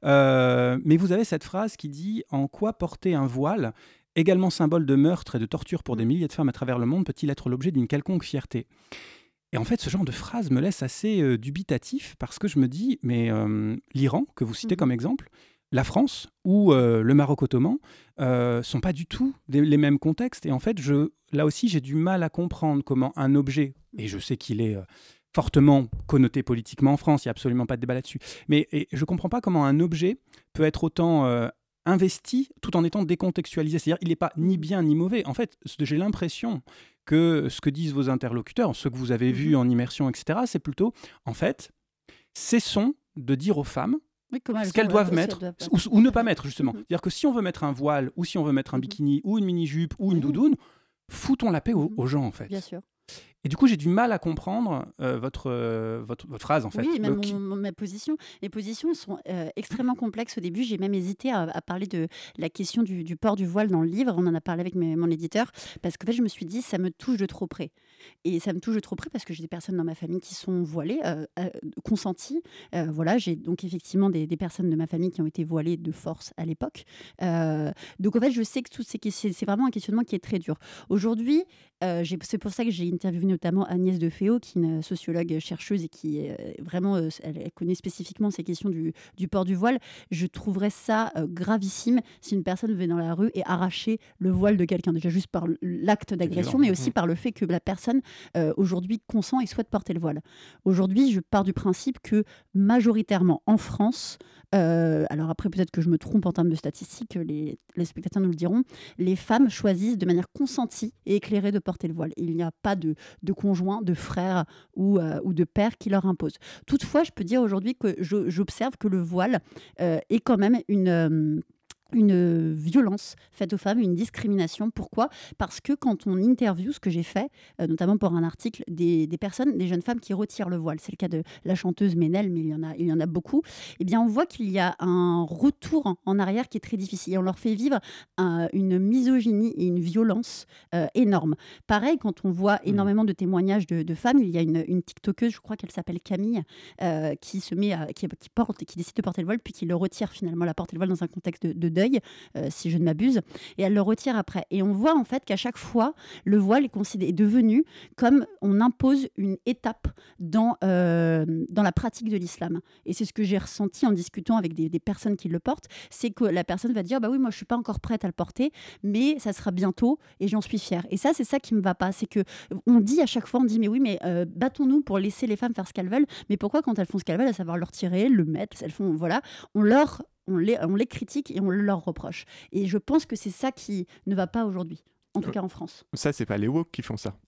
Euh, mais vous avez cette phrase qui dit en quoi porter un voile, également symbole de meurtre et de torture pour des milliers de femmes à travers le monde, peut-il être l'objet d'une quelconque fierté? Et en fait, ce genre de phrase me laisse assez euh, dubitatif parce que je me dis, mais euh, l'Iran, que vous citez Mhm. comme exemple, la France ou euh, le Maroc ottoman euh, sont pas du tout des- les mêmes contextes. Et en fait, je, là aussi, j'ai du mal à comprendre comment un objet, et je sais qu'il est euh, fortement connoté politiquement en France, il n'y a absolument pas de débat là-dessus, mais et je ne comprends pas comment un objet peut être autant euh, investi tout en étant décontextualisé. C'est-à-dire il n'est pas ni bien ni mauvais. En fait, ce- j'ai l'impression que ce que disent vos interlocuteurs, ceux que vous avez vus en immersion, et cetera, c'est plutôt, en fait, cessons de dire aux femmes Oui, comment elles ce qu'elles ont- doivent aussi, elles mettre doivent ou, mettre. ou ne pas mettre, justement. C'est-à-dire que si on veut mettre un voile ou si on veut mettre un bikini ou une mini-jupe ou une doudoune, foutons la paix aux, aux gens, en fait. Bien sûr. Et du coup, j'ai du mal à comprendre euh, votre, euh, votre, votre phrase, en fait. Oui, même Le qui- mon- mon- ma position. Les positions sont euh, extrêmement complexes au début. J'ai même hésité à, à parler de la question du, du port du voile dans le livre. On en a parlé avec mes- mon éditeur parce qu'en fait, je me suis dit, ça me touche de trop près. Et ça me touche de trop près parce que j'ai des personnes dans ma famille qui sont voilées, euh, euh, consenties. Euh, voilà, j'ai donc effectivement des, des personnes de ma famille qui ont été voilées de force à l'époque. Euh, donc en fait, je sais que tout ces que- c'est c'est vraiment un questionnement qui est très dur. Aujourd'hui, euh, j'ai- c'est pour ça que j'ai interviewé notamment Agnès de Féau, qui est une sociologue chercheuse et qui est vraiment, euh, elle, elle connaît spécifiquement ces questions du, du port du voile. Je trouverais ça euh, gravissime si une personne venait dans la rue et arrachait le voile de quelqu'un, déjà juste par l'acte d'agression, violent. mais aussi Mhm. par le fait que la personne euh, aujourd'hui consent et souhaite porter le voile. Aujourd'hui, je pars du principe que majoritairement en France, euh, alors après peut-être que je me trompe en termes de statistiques, les, les spectateurs nous le diront, les femmes choisissent de manière consentie et éclairée de porter le voile. Il n'y a pas de, de conjoint, de frère ou, euh, ou de père qui leur impose. Toutefois, je peux dire aujourd'hui que je- j'observe que le voile euh, est quand même une... euh, une violence faite aux femmes, une discrimination. Pourquoi ? Parce que quand on interviewe, ce que j'ai fait, euh, notamment pour un article, des, des personnes, des jeunes femmes qui retirent le voile, c'est le cas de la chanteuse Ménel, mais il y en a, il y en a beaucoup, eh bien on voit qu'il y a un retour en, en arrière qui est très difficile. Et on leur fait vivre un- une misogynie et une violence euh, énorme. Pareil, quand on voit énormément de témoignages de, de femmes, il y a une, une TikTokeuse, je crois qu'elle s'appelle Camille, euh, qui se met à, qui, qui porte, qui décide de porter le voile, puis qui le retire finalement, la porter le voile dans un contexte de, de deuil, euh, si je ne m'abuse, et elle le retire après. Et on voit en fait qu'à chaque fois, le voile est, considéré, est devenu comme on impose une étape dans, euh, dans la pratique de l'islam. Et c'est ce que j'ai ressenti en discutant avec des, des personnes qui le portent, c'est que la personne va dire, bah oui, moi je suis pas encore prête à le porter, mais ça sera bientôt et j'en suis fière. Et ça, c'est ça qui me va pas, c'est que on dit à chaque fois, on dit, mais oui, mais euh, battons-nous pour laisser les femmes faire ce qu'elles veulent, mais pourquoi quand elles font ce qu'elles veulent, à savoir le retirer, le mettre, elles font, voilà, on leur On les, on les critique et on leur reproche. Et je pense que c'est ça qui ne va pas aujourd'hui, en tout cas en France. Ça, c'est pas les woke qui font ça.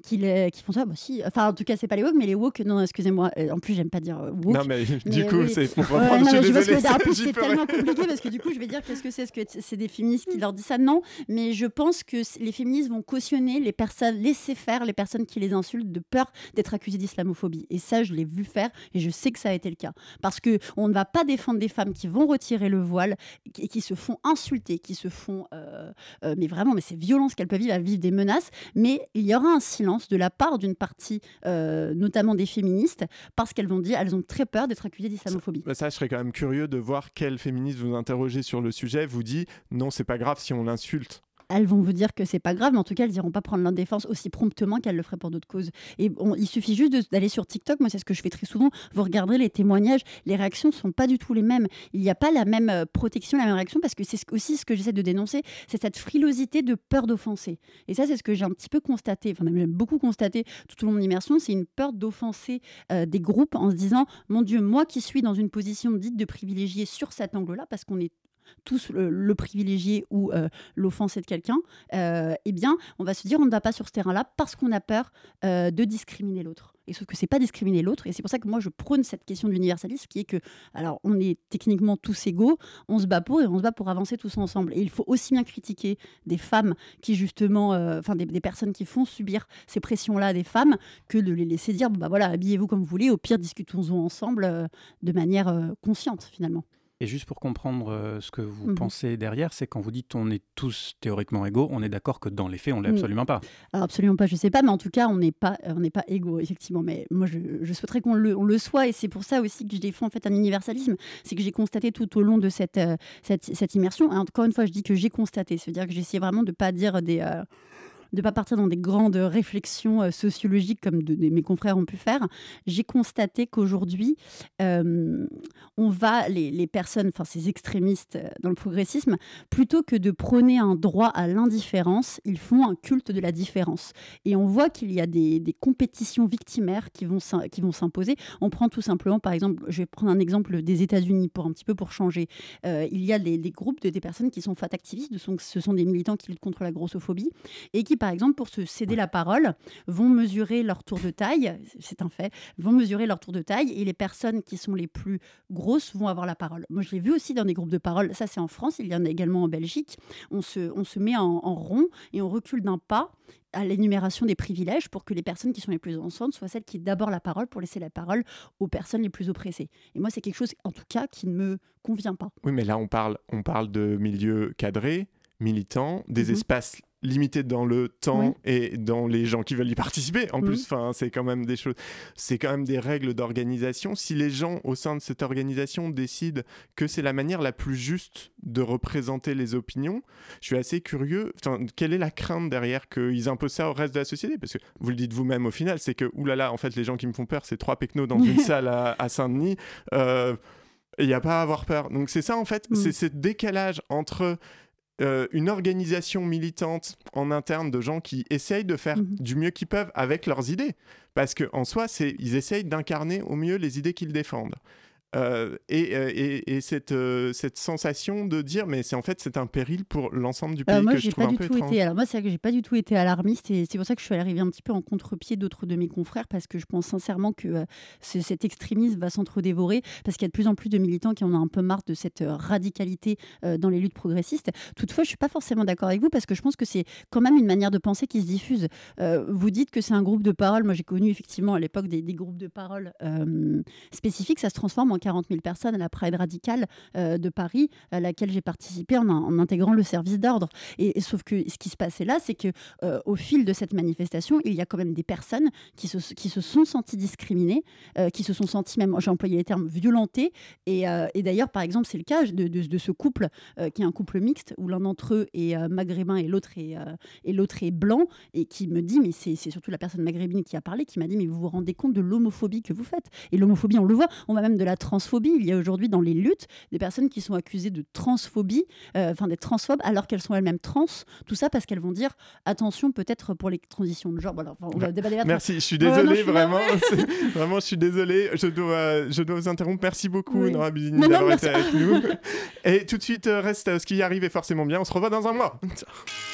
qui, les, qui font ça, bah si. Enfin, en tout cas, c'est pas les woke, mais les woke, non, excusez-moi. Euh, en plus, j'aime pas dire woke. Non, mais, mais du coup, oui. c'est pour ouais, reprendre. non, Je mais suis je désolé. vois ce que, en plus, j'y c'est peux tellement rien. compliqué parce que du coup, je vais dire qu'est-ce que c'est, est-ce que c'est des féministes qui leur disent ça? Non, mais je pense que les féministes vont cautionner les personnes, laisser faire les personnes qui les insultent de peur d'être accusées d'islamophobie. Et ça, je l'ai vu faire et je sais que ça a été le cas. Parce que on ne va pas défendre des femmes qui vont retirer le voile et qui se font insulter, qui se font, euh, euh, mais vraiment, mais c'est violent ce qu'elles peuvent vivre, elles vivent des menaces. Mais il y aura un silence de la part d'une partie, euh, notamment des féministes, parce qu'elles vont dire, elles ont très peur d'être accusées d'islamophobie. Ça, ça, je serais quand même curieux de voir quel féministe vous interrogez sur le sujet vous dit non, c'est pas grave si on l'insulte. Elles vont vous dire que c'est pas grave, mais en tout cas, elles n'iront pas prendre l'indéfense aussi promptement qu'elles le feraient pour d'autres causes. Et on, il suffit juste de, d'aller sur TikTok, moi c'est ce que je fais très souvent, vous regarderez les témoignages, les réactions sont pas du tout les mêmes. Il n'y a pas la même euh, protection, la même réaction, parce que c'est aussi ce que j'essaie de dénoncer, c'est cette frilosité de peur d'offenser. Et ça, c'est ce que j'ai un petit peu constaté, enfin même j'ai beaucoup constaté tout au long de mon immersion, c'est une peur d'offenser euh, des groupes en se disant, mon Dieu, moi qui suis dans une position dite de privilégié sur cet angle-là, parce qu'on est tous le, le privilégié ou euh, l'offensé de quelqu'un, euh, eh bien, on va se dire on ne va pas sur ce terrain-là parce qu'on a peur euh, de discriminer l'autre. Et sauf que c'est pas discriminer l'autre, et c'est pour ça que moi je prône cette question de l'universalisme qui est que, alors on est techniquement tous égaux, on se bat pour et on se bat pour avancer tous ensemble. Et il faut aussi bien critiquer des femmes qui justement, enfin euh, des, des personnes qui font subir ces pressions-là à des femmes que de les laisser dire bon bah voilà, habillez-vous comme vous voulez, au pire discutons-en ensemble euh, de manière euh, consciente finalement. Et juste pour comprendre euh, ce que vous Mhm. pensez derrière, c'est quand vous dites on est tous théoriquement égaux, on est d'accord que dans les faits, on l'est Mhm. absolument pas. Alors absolument pas, je sais pas, mais en tout cas, on n'est pas, on n'est pas égaux, effectivement. Mais moi, je, je souhaiterais qu'on le, on le soit, et c'est pour ça aussi que je défends en fait un universalisme. C'est que j'ai constaté tout au long de cette, euh, cette, cette immersion. Et encore une fois, je dis que j'ai constaté, c'est-à-dire que j'ai essayé vraiment de pas dire des euh, de ne pas partir dans des grandes réflexions euh, sociologiques comme de, de mes confrères ont pu faire. J'ai constaté qu'aujourd'hui, euh, on va, les, les personnes, enfin ces extrémistes euh, dans le progressisme, plutôt que de prôner un droit à l'indifférence, ils font un culte de la différence. Et on voit qu'il y a des, des compétitions victimaires qui vont, s'im- qui vont s'imposer. On prend tout simplement, par exemple, je vais prendre un exemple des États-Unis pour un petit peu pour changer. Euh, il y a des, des groupes de des personnes qui sont fat activistes, de son- ce sont des militants qui luttent contre la grossophobie et qui, par exemple, pour se céder la parole, vont mesurer leur tour de taille, c'est un fait, vont mesurer leur tour de taille et les personnes qui sont les plus grosses vont avoir la parole. Moi, je l'ai vu aussi dans des groupes de parole, ça c'est en France, il y en a également en Belgique. On se, on se met en, en rond et on recule d'un pas à l'énumération des privilèges pour que les personnes qui sont les plus avançantes soient celles qui aient d'abord la parole pour laisser la parole aux personnes les plus oppressées. Et moi, c'est quelque chose, en tout cas, qui ne me convient pas. Oui, mais là, on parle, on parle de milieux cadrés, militants, des Mhm. espaces limités dans le temps Oui. et dans les gens qui veulent y participer. En Mhm. plus, enfin, c'est quand même des choses, c'est quand même des règles d'organisation. Si les gens au sein de cette organisation décident que c'est la manière la plus juste de représenter les opinions, je suis assez curieux. Enfin, quelle est la crainte derrière qu'ils imposent ça au reste de la société? Parce que vous le dites vous-même au final, c'est que oulala, en fait, les gens qui me font peur, c'est trois pecnos dans une salle à, à Saint-Denis. Euh, Il n'y a pas à avoir peur. Donc c'est ça en fait, Mm. c'est ce décalage entre euh, une organisation militante en interne de gens qui essayent de faire Mhm. du mieux qu'ils peuvent avec leurs idées. Parce qu'en soi, c'est, ils essayent d'incarner au mieux les idées qu'ils défendent. Euh, et, euh, et, et cette, euh, cette sensation de dire, mais c'est en fait, c'est un péril pour l'ensemble du pays Euh, moi, que je j'ai trouve pas un du peu tout étrange. été. Alors moi, c'est vrai que j'ai pas du tout été alarmiste, et c'est pour ça que je suis arrivée un petit peu en contre-pied d'autres de mes confrères, parce que je pense sincèrement que euh, ce- cet extrémisme va s'entre-dévorer, parce qu'il y a de plus en plus de militants qui en ont un peu marre de cette euh, radicalité euh, dans les luttes progressistes. Toutefois, je suis pas forcément d'accord avec vous, parce que je pense que c'est quand même une manière de penser qui se diffuse. Euh, vous dites que c'est un groupe de parole. Moi, j'ai connu effectivement à l'époque des, des groupes de parole euh, spécifiques. Ça se transforme en quarante mille personnes à la Pride radicale euh, de Paris, à laquelle j'ai participé en, en intégrant le service d'ordre. Et, et sauf que ce qui se passait là, c'est que euh, au fil de cette manifestation, il y a quand même des personnes qui se, qui se sont senties discriminées, euh, qui se sont senties même, j'ai employé les termes, violentées. Et, euh, et d'ailleurs, par exemple, c'est le cas de, de, de ce couple euh, qui est un couple mixte où l'un d'entre eux est euh, maghrébin et l'autre est, euh, et l'autre est blanc, et qui me dit, mais c'est, c'est surtout la personne maghrébine qui a parlé, qui m'a dit, mais vous vous rendez compte de l'homophobie que vous faites? Et l'homophobie, on le voit, on va même de la transphobie. Il y a aujourd'hui dans les luttes des personnes qui sont accusées de transphobie, euh, enfin d'être transphobes alors qu'elles sont elles-mêmes trans. Tout ça parce qu'elles vont dire attention peut-être pour les transitions de genre. Voilà, enfin, on va débattre. Merci, je suis Ouais, désolé, non, je suis vraiment. navrée. c'est- vraiment, je suis désolé. Je dois, je dois vous interrompre. Merci beaucoup, Oui. Nora Buzini, Non, non, d'avoir merci. été avec nous. Et tout de suite, euh, reste euh, ce qui arrive est forcément bien. On se revoit dans un mois.